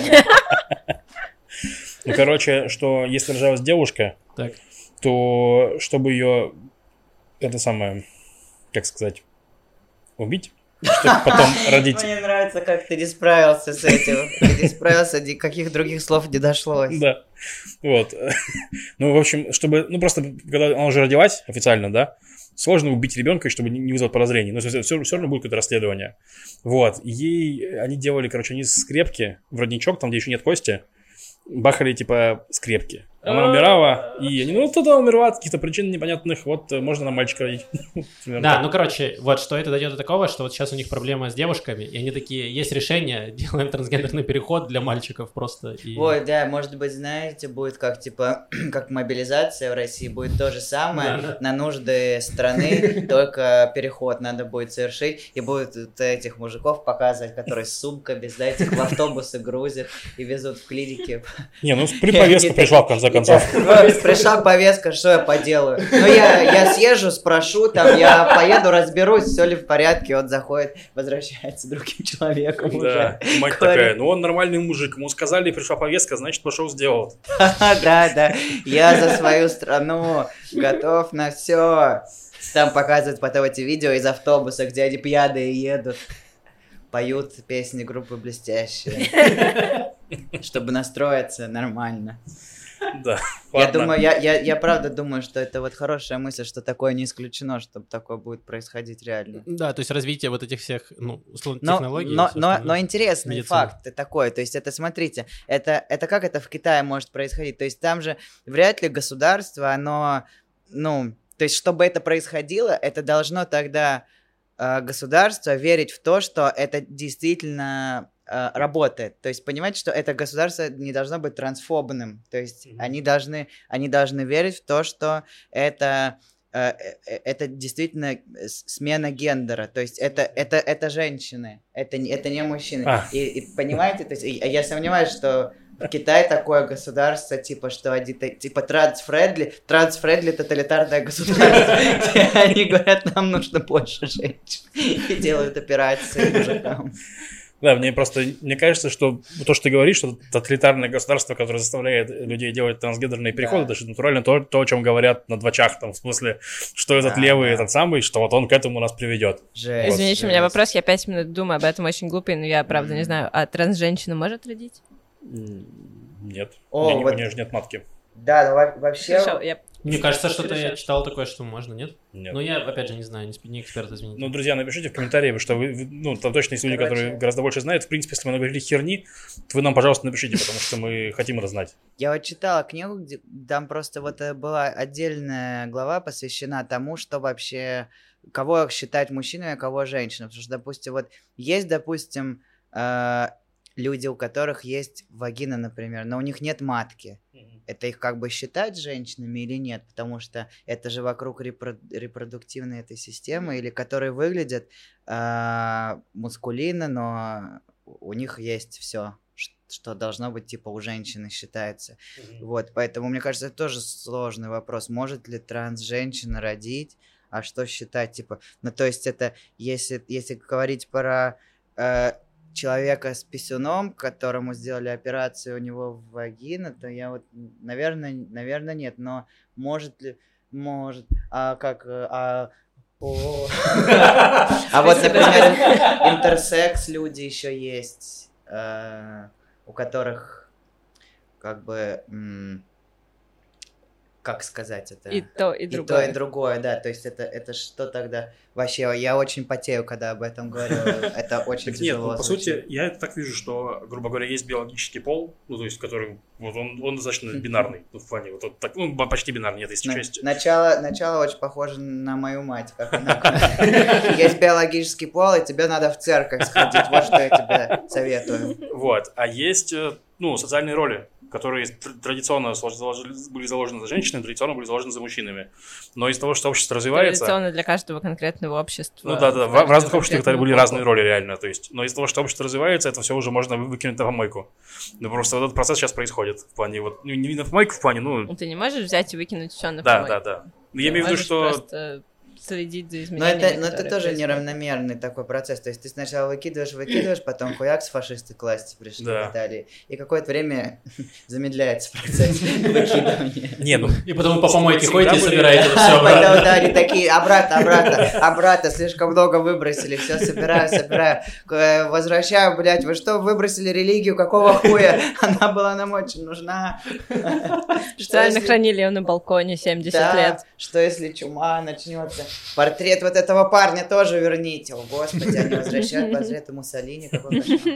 Ну, короче, что если рожалась девушка, так. то чтобы ее, это самое, как сказать, убить, чтобы потом родить. Мне нравится, как ты не справился с этим. Ты не справился, никаких других слов не дошлось. Да, вот. Ну, в общем, чтобы, ну, просто, когда она уже родилась официально, да, сложно убить ребенка, чтобы не вызвать подозрений. Но все, все равно будет какое-то расследование. Вот. Ей, они делали, короче, они скрепки в родничок, там, где еще нет кости, бахали, типа, скрепки. Она умирала, и они, ну, туда умерла от каких-то причин непонятных, вот, можно на мальчика родить. Да, ну, короче, вот, что это дойдет до такого, что вот сейчас у них проблема с девушками, и они такие, есть решение, делаем трансгендерный переход для мальчиков просто. И... Ой, да, может быть, знаете, будет как, типа, как мобилизация в России, будет то же самое, да, на нужды страны, только переход надо будет совершить, и будут этих мужиков показывать, которые с сумками, знаете, их в автобусы грузят и везут в клиники. Не, ну, при повестке пришла, в конце концов. Пришла повестка, что я поделаю? Ну, я, я съезжу, спрошу, там, я поеду, разберусь, все ли в порядке. Он заходит, возвращается другим человеком да, уже. Мать Говорит. Такая, ну, он нормальный мужик. Ему сказали, пришла повестка, значит, пошел, сделал. Да, да, я за свою страну готов на все. Там показывают потом эти видео из автобуса, где они пьяные едут. Поют песни группы «Блестящие», чтобы настроиться нормально. Да, я ладно. думаю, я, я, я правда думаю, что это вот хорошая мысль, что такое не исключено, чтобы такое будет происходить реально. Да, то есть развитие вот этих всех, ну, условно, но, технологий. Но, но, но интересный медицина. факт такой, то есть это, смотрите, это, это как это в Китае может происходить, то есть там же вряд ли государство, оно, ну, то есть чтобы это происходило, это должно тогда э, государство верить в то, что это действительно... работает. То есть понимать, что это государство не должно быть трансфобным. То есть mm-hmm. они должны, они должны верить в то, что это, э, это действительно смена гендера. То есть это, это, это женщины, это, это не мужчины. Ah. И, и понимаете, то есть я сомневаюсь, что в Китае такое государство, типа, что они, типа, трансфрендли, трансфрендли тоталитарное государство, где они говорят, нам нужно больше женщин, и делают операции мужикам. Да, мне просто, мне кажется, что то, что ты говоришь, что тоталитарное государство, которое заставляет людей делать трансгендерные переходы, да. Это же натурально то, то, о чем говорят на двачах, там, в смысле, что этот да, левый, да. этот самый, что вот он к этому нас приведет. Жесть, вот. Извините, жесть. у меня вопрос, я пять минут думаю об этом, очень глупый, но я, правда, mm-hmm. не знаю, а трансженщина может родить? Нет, О, у, меня, вот... у нее же нет матки. Да, ну вообще... Хорошо, я... Мне кажется, что-то я читал такое, что можно, нет? Нет. Но я, опять же, не знаю, не, не эксперт, извините. Ну, друзья, напишите в комментариях, что вы, ну, там точно есть люди, Короче. которые гораздо больше знают. В принципе, если мы наговорили херни, то вы нам, пожалуйста, напишите, потому что мы хотим это знать. Я вот читала книгу, где там просто вот была отдельная глава посвящена тому, что вообще, кого считать мужчиной, а кого женщиной. Потому что, допустим, вот есть, допустим, э, люди, у которых есть вагина, например, но у них нет матки. Mm-hmm. Это их как бы считать женщинами или нет? Потому что это же вокруг репро- репродуктивной этой системы, или которые выглядят э, мускулинно, но у них есть все, что должно быть типа у женщины считается. Mm-hmm. Вот, поэтому мне кажется, это тоже сложный вопрос. Может ли транс-женщина родить? А что считать, типа, ну то есть это, если, если говорить про э, человека с писюном, которому сделали операцию у него в вагина, то я вот, наверное, наверное нет, но может ли, может, а как, а, а вот, например, интерсекс люди еще есть, у которых, как бы, как сказать это? И то, и другое. И то, и другое, да. То есть это, это что тогда? Вообще, я очень потею, когда об этом говорю. Это очень тяжело. Нет, по сути, я так вижу, что, грубо говоря, есть биологический пол, ну, то есть, который, вот он, он достаточно бинарный, ну, в плане, вот так, ну, почти бинарный, нет, если часть. Начало, начало очень похоже на мою мать, как она. Есть биологический пол, и тебе надо в церковь сходить. Вот что я тебе советую. Вот, а есть, ну, социальные роли, которые традиционно были заложены за женщинами, традиционно были заложены за мужчинами. Но из-за того, что общество развивается... Традиционно для каждого конкретного общества. Ну да-да, в, в разных обществах были разные роли реально. То есть, но из-за того, что общество развивается, это все уже можно выкинуть на помойку. Ну просто вот этот процесс сейчас происходит. В плане вот, ну, не на помойку, в плане, ну... Ты не можешь взять и выкинуть все на да, помойку. Да-да-да. Я имею в виду, что... Просто... следить за изменениями. Но это, но это тоже происходят. Неравномерный такой процесс. То есть ты сначала выкидываешь, выкидываешь, потом хуяк, с фашисты к власти пришли да. в Италии. И какое-то время замедляется процесс выкидывания. Не, ну... И потом по помойке ходите и собираете это все обратно. Да, они такие, обратно, обратно, обратно, слишком много выбросили, все собираю, собираю. Возвращаю, блядь, вы что, выбросили религию, какого хуя? Она была нам очень нужна. Специально хранили ее на балконе семьдесят лет. Что если чума начнется? Портрет вот этого парня тоже верните. О, господи, они возвращают портреты Муссолини. Какой кошмар.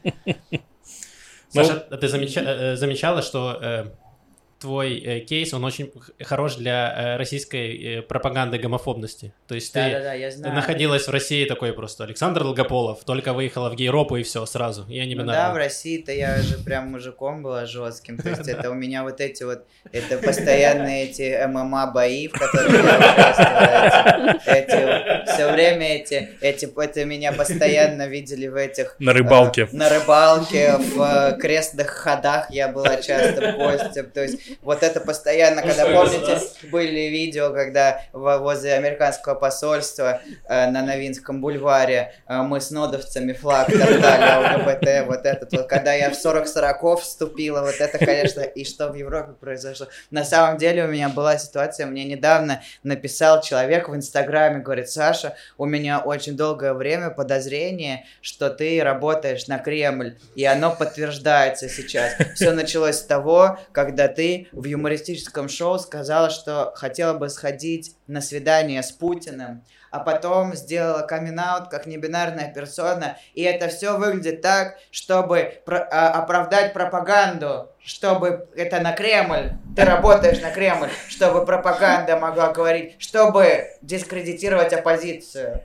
Маша, ты замеча- замечала, что э, твой э, кейс, он очень хорош для э, российской э, пропаганды гомофобности. То есть да, ты, да, да, я знаю. ты находилась в России такой просто Александр Долгополов, только выехала в гейропу и все сразу. Я не бинарный. Ну да, в России-то я же прям мужиком была жестким. То есть это у меня вот эти вот, это постоянные эти эм эм а-бои, в которых я участвую. Эти, все время эти, эти, это меня постоянно видели в этих... На рыбалке. На рыбалке, в крестных ходах я была часто гостем. То есть вот это постоянно, когда, помните, были видео, когда возле американского посольства э, на Новинском бульваре э, мы с нодовцами флаг топтали ЛГБТ, вот этот вот, когда я в сорок сороков вступила, вот это, конечно, и что в Европе произошло. На самом деле у меня была ситуация, мне недавно написал человек в Инстаграме, говорит: Саша, у меня очень долгое время подозрение, что ты работаешь на Кремль, и оно подтверждается сейчас. Все началось с того, когда ты в юмористическом шоу сказала, что хотела бы сходить на свидание с Путиным, а потом сделала камин-аут как небинарная персона, и это все выглядит так, чтобы про- а- оправдать пропаганду, чтобы это на Кремль, ты работаешь на Кремль, чтобы пропаганда могла говорить, чтобы дискредитировать оппозицию.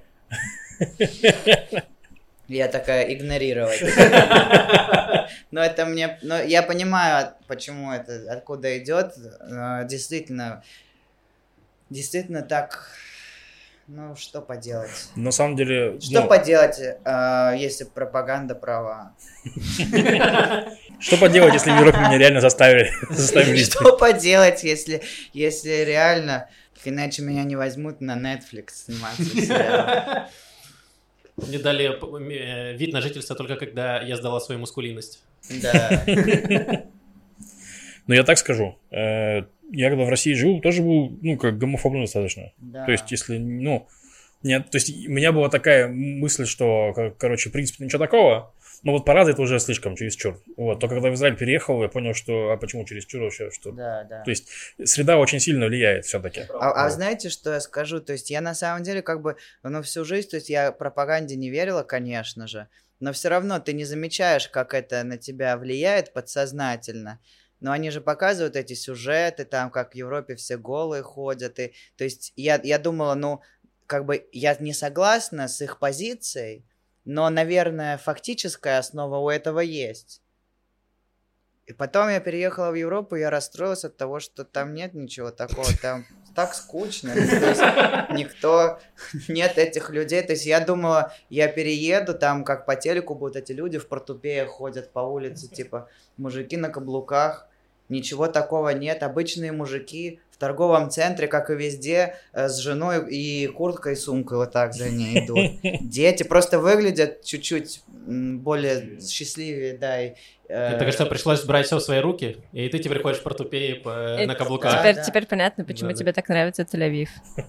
Я такая, игнорировать. Но это мне... Но я понимаю, почему это, откуда идет. Действительно, действительно так... Ну, что поделать? На самом деле... Что ну... поделать, если пропаганда права? Что поделать, если в Европе меня реально заставили? заставили Что поделать, если, если реально... Иначе меня не возьмут на Netflix сниматься. Мне дали вид на жительство только когда я сдала свою мускулинность. Да. Но я так скажу. Я когда в России жил, тоже был, ну, как гомофобный достаточно. Да. То есть, если, ну... Нет, то есть, у меня была такая мысль, что, короче, в принципе, ничего такого, но вот парады это уже слишком чересчур. Вот. Только когда в Израиль переехал, я понял, что... А почему чересчур вообще? Что... Да, да. То есть, среда очень сильно влияет все-таки. А, а знаете, что я скажу? То есть, я на самом деле как бы, ну, всю жизнь, то есть, я пропаганде не верила, конечно же, но все равно ты не замечаешь, как это на тебя влияет подсознательно. Но они же показывают эти сюжеты, там, как в Европе все голые ходят. И, то есть я, я думала, ну, как бы я не согласна с их позицией, но, наверное, фактическая основа у этого есть. И потом я переехала в Европу, и я расстроилась от того, что там нет ничего такого, там так скучно, то есть никто, нет этих людей, то есть я думала, я перееду, там как по телеку будут эти люди в портупеях ходят по улице, типа мужики на каблуках, ничего такого нет, обычные мужики в торговом центре, как и везде, с женой и курткой, и сумкой вот так за ней идут. Дети просто выглядят чуть-чуть более счастливее, да. И, э... Это что, пришлось брать все в свои руки, и ты теперь ходишь в портупее по... на каблуках. Да, теперь, да. теперь понятно, почему да, тебе да. так нравится Тель-Авив.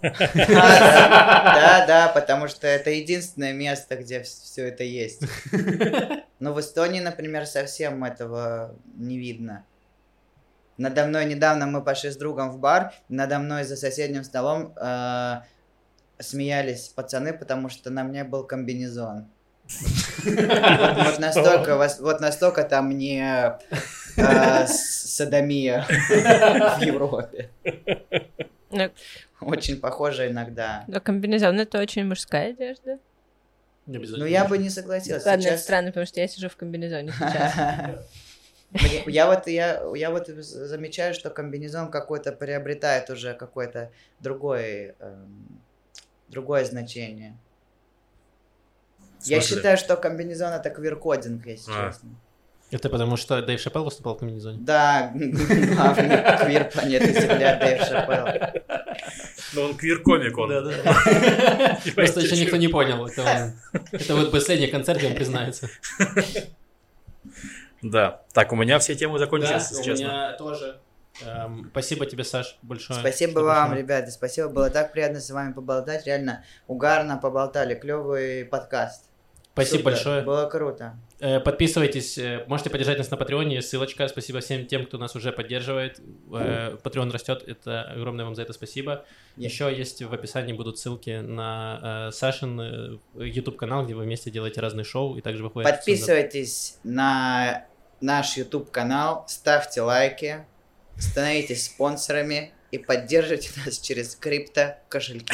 Да, да, потому что это единственное место, где все это есть. Но в Эстонии, например, совсем этого не видно. Надо мной недавно мы пошли с другом в бар, надо мной за соседним столом э, смеялись пацаны, потому что на мне был комбинезон. Вот настолько, вот настолько там не содомия в Европе. Очень похоже иногда. Но комбинезон — это очень мужская одежда. Ну я бы не согласился. Ладно, это странно, потому что я сижу в комбинезоне сейчас. Я вот, я, я вот замечаю, что комбинезон какой-то приобретает уже какое-то другое, эм, другое значение. Я считаю, что комбинезон — это квир-кодинг, если а. честно. Это потому что Дэйв Шапелл выступал в комбинезоне? Да, главный квир планеты Земля Дэйв Шапелл. Но он квир-комик, он. Да-да. Просто еще никто не понял. Это вот последний концерт, где он признается. Да. Так, у меня все темы закончились, да, если честно. у меня тоже. Эм, спасибо тебе, Саш, большое. Спасибо вам, пришел. Ребята, спасибо. Было так приятно с вами поболтать. Реально угарно поболтали. Клевый подкаст. Спасибо Супер. большое. Было круто. Э, подписывайтесь, э, можете поддержать нас на Патреоне. Ссылочка. Спасибо всем тем, кто нас уже поддерживает. Э, Патреон растет. Это огромное вам за это спасибо. Yes. Еще есть в описании будут ссылки на э, Сашин э, YouTube-канал, где вы вместе делаете разные шоу и также выходит. Подписывайтесь на наш YouTube-канал, ставьте лайки, становитесь спонсорами и поддерживайте нас через крипто-кошельки.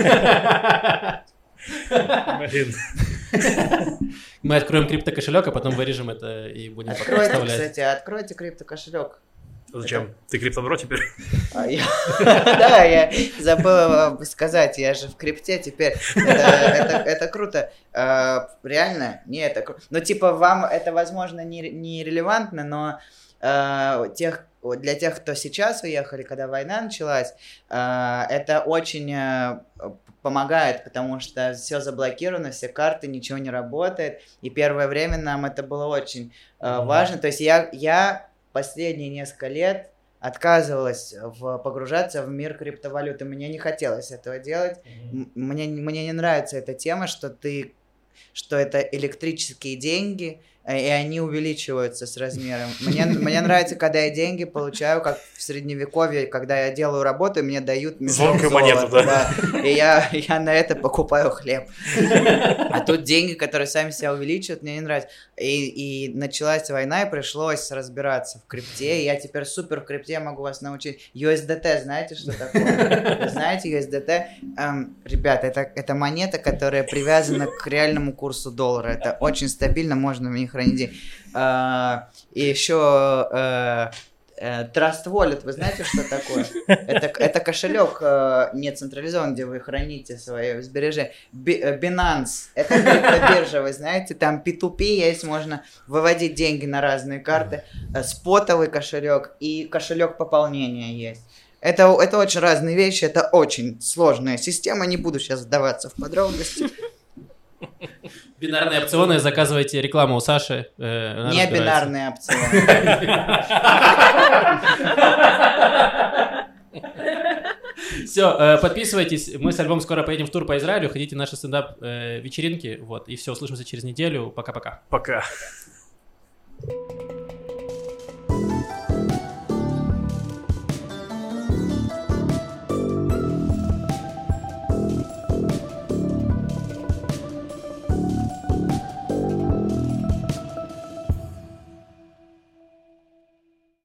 Блин. Мы откроем крипто-кошелек, а потом вырежем это и будем откройте, вставлять. Кстати, откройте крипто-кошелек. Зачем? Это... Ты криптобро теперь? А, я... Да, я забыла сказать, я же в крипте теперь. Это, это, это круто. А, реально? Не, это круто. Ну, типа, вам это, возможно, не, не релевантно, но а, тех, для тех, кто сейчас уехали, когда война началась, а, это очень а, помогает, потому что все заблокировано, все карты, ничего не работает. И первое время нам это было очень а, важно. То есть я... я последние несколько лет отказывалась в, погружаться в мир криптовалюты. Мне не хотелось этого делать. Mm-hmm. Мне, мне не нравится эта тема, что ты, что это электрические деньги, и они увеличиваются с размером. Мне, мне нравится, когда я деньги получаю, как в Средневековье, когда я делаю работу, и мне дают мешок золота. Монету, да. Да. И я, я на это покупаю хлеб. А тут деньги, которые сами себя увеличивают, мне не нравится. И, и началась война, и пришлось разбираться в крипте. И я теперь супер в крипте могу вас научить. ю эс ди ти, знаете, что такое? Вы знаете ю эс ди ти? Эм, ребята, это, это монета, которая привязана к реальному курсу доллара. Это очень стабильно, можно в них хранить деньги. А, и еще а, а, Trust Wallet, вы знаете, что такое? Это, это кошелек а, не централизованный, где вы храните свои сбережения. Binance, это криптобиржа, вы знаете, там пи ту пи есть, можно выводить деньги на разные карты. Спотовый кошелек и кошелек пополнения есть. Это, это очень разные вещи, это очень сложная система, не буду сейчас вдаваться в подробности. Бинарные опционы, заказывайте рекламу у Саши. Э, не бинарные опционы. Все, подписывайтесь. Мы с Альбом скоро поедем в тур по Израилю. Ходите на наши стендап-вечеринки. Вот. И все, услышимся через неделю. Пока-пока. Пока. Пока.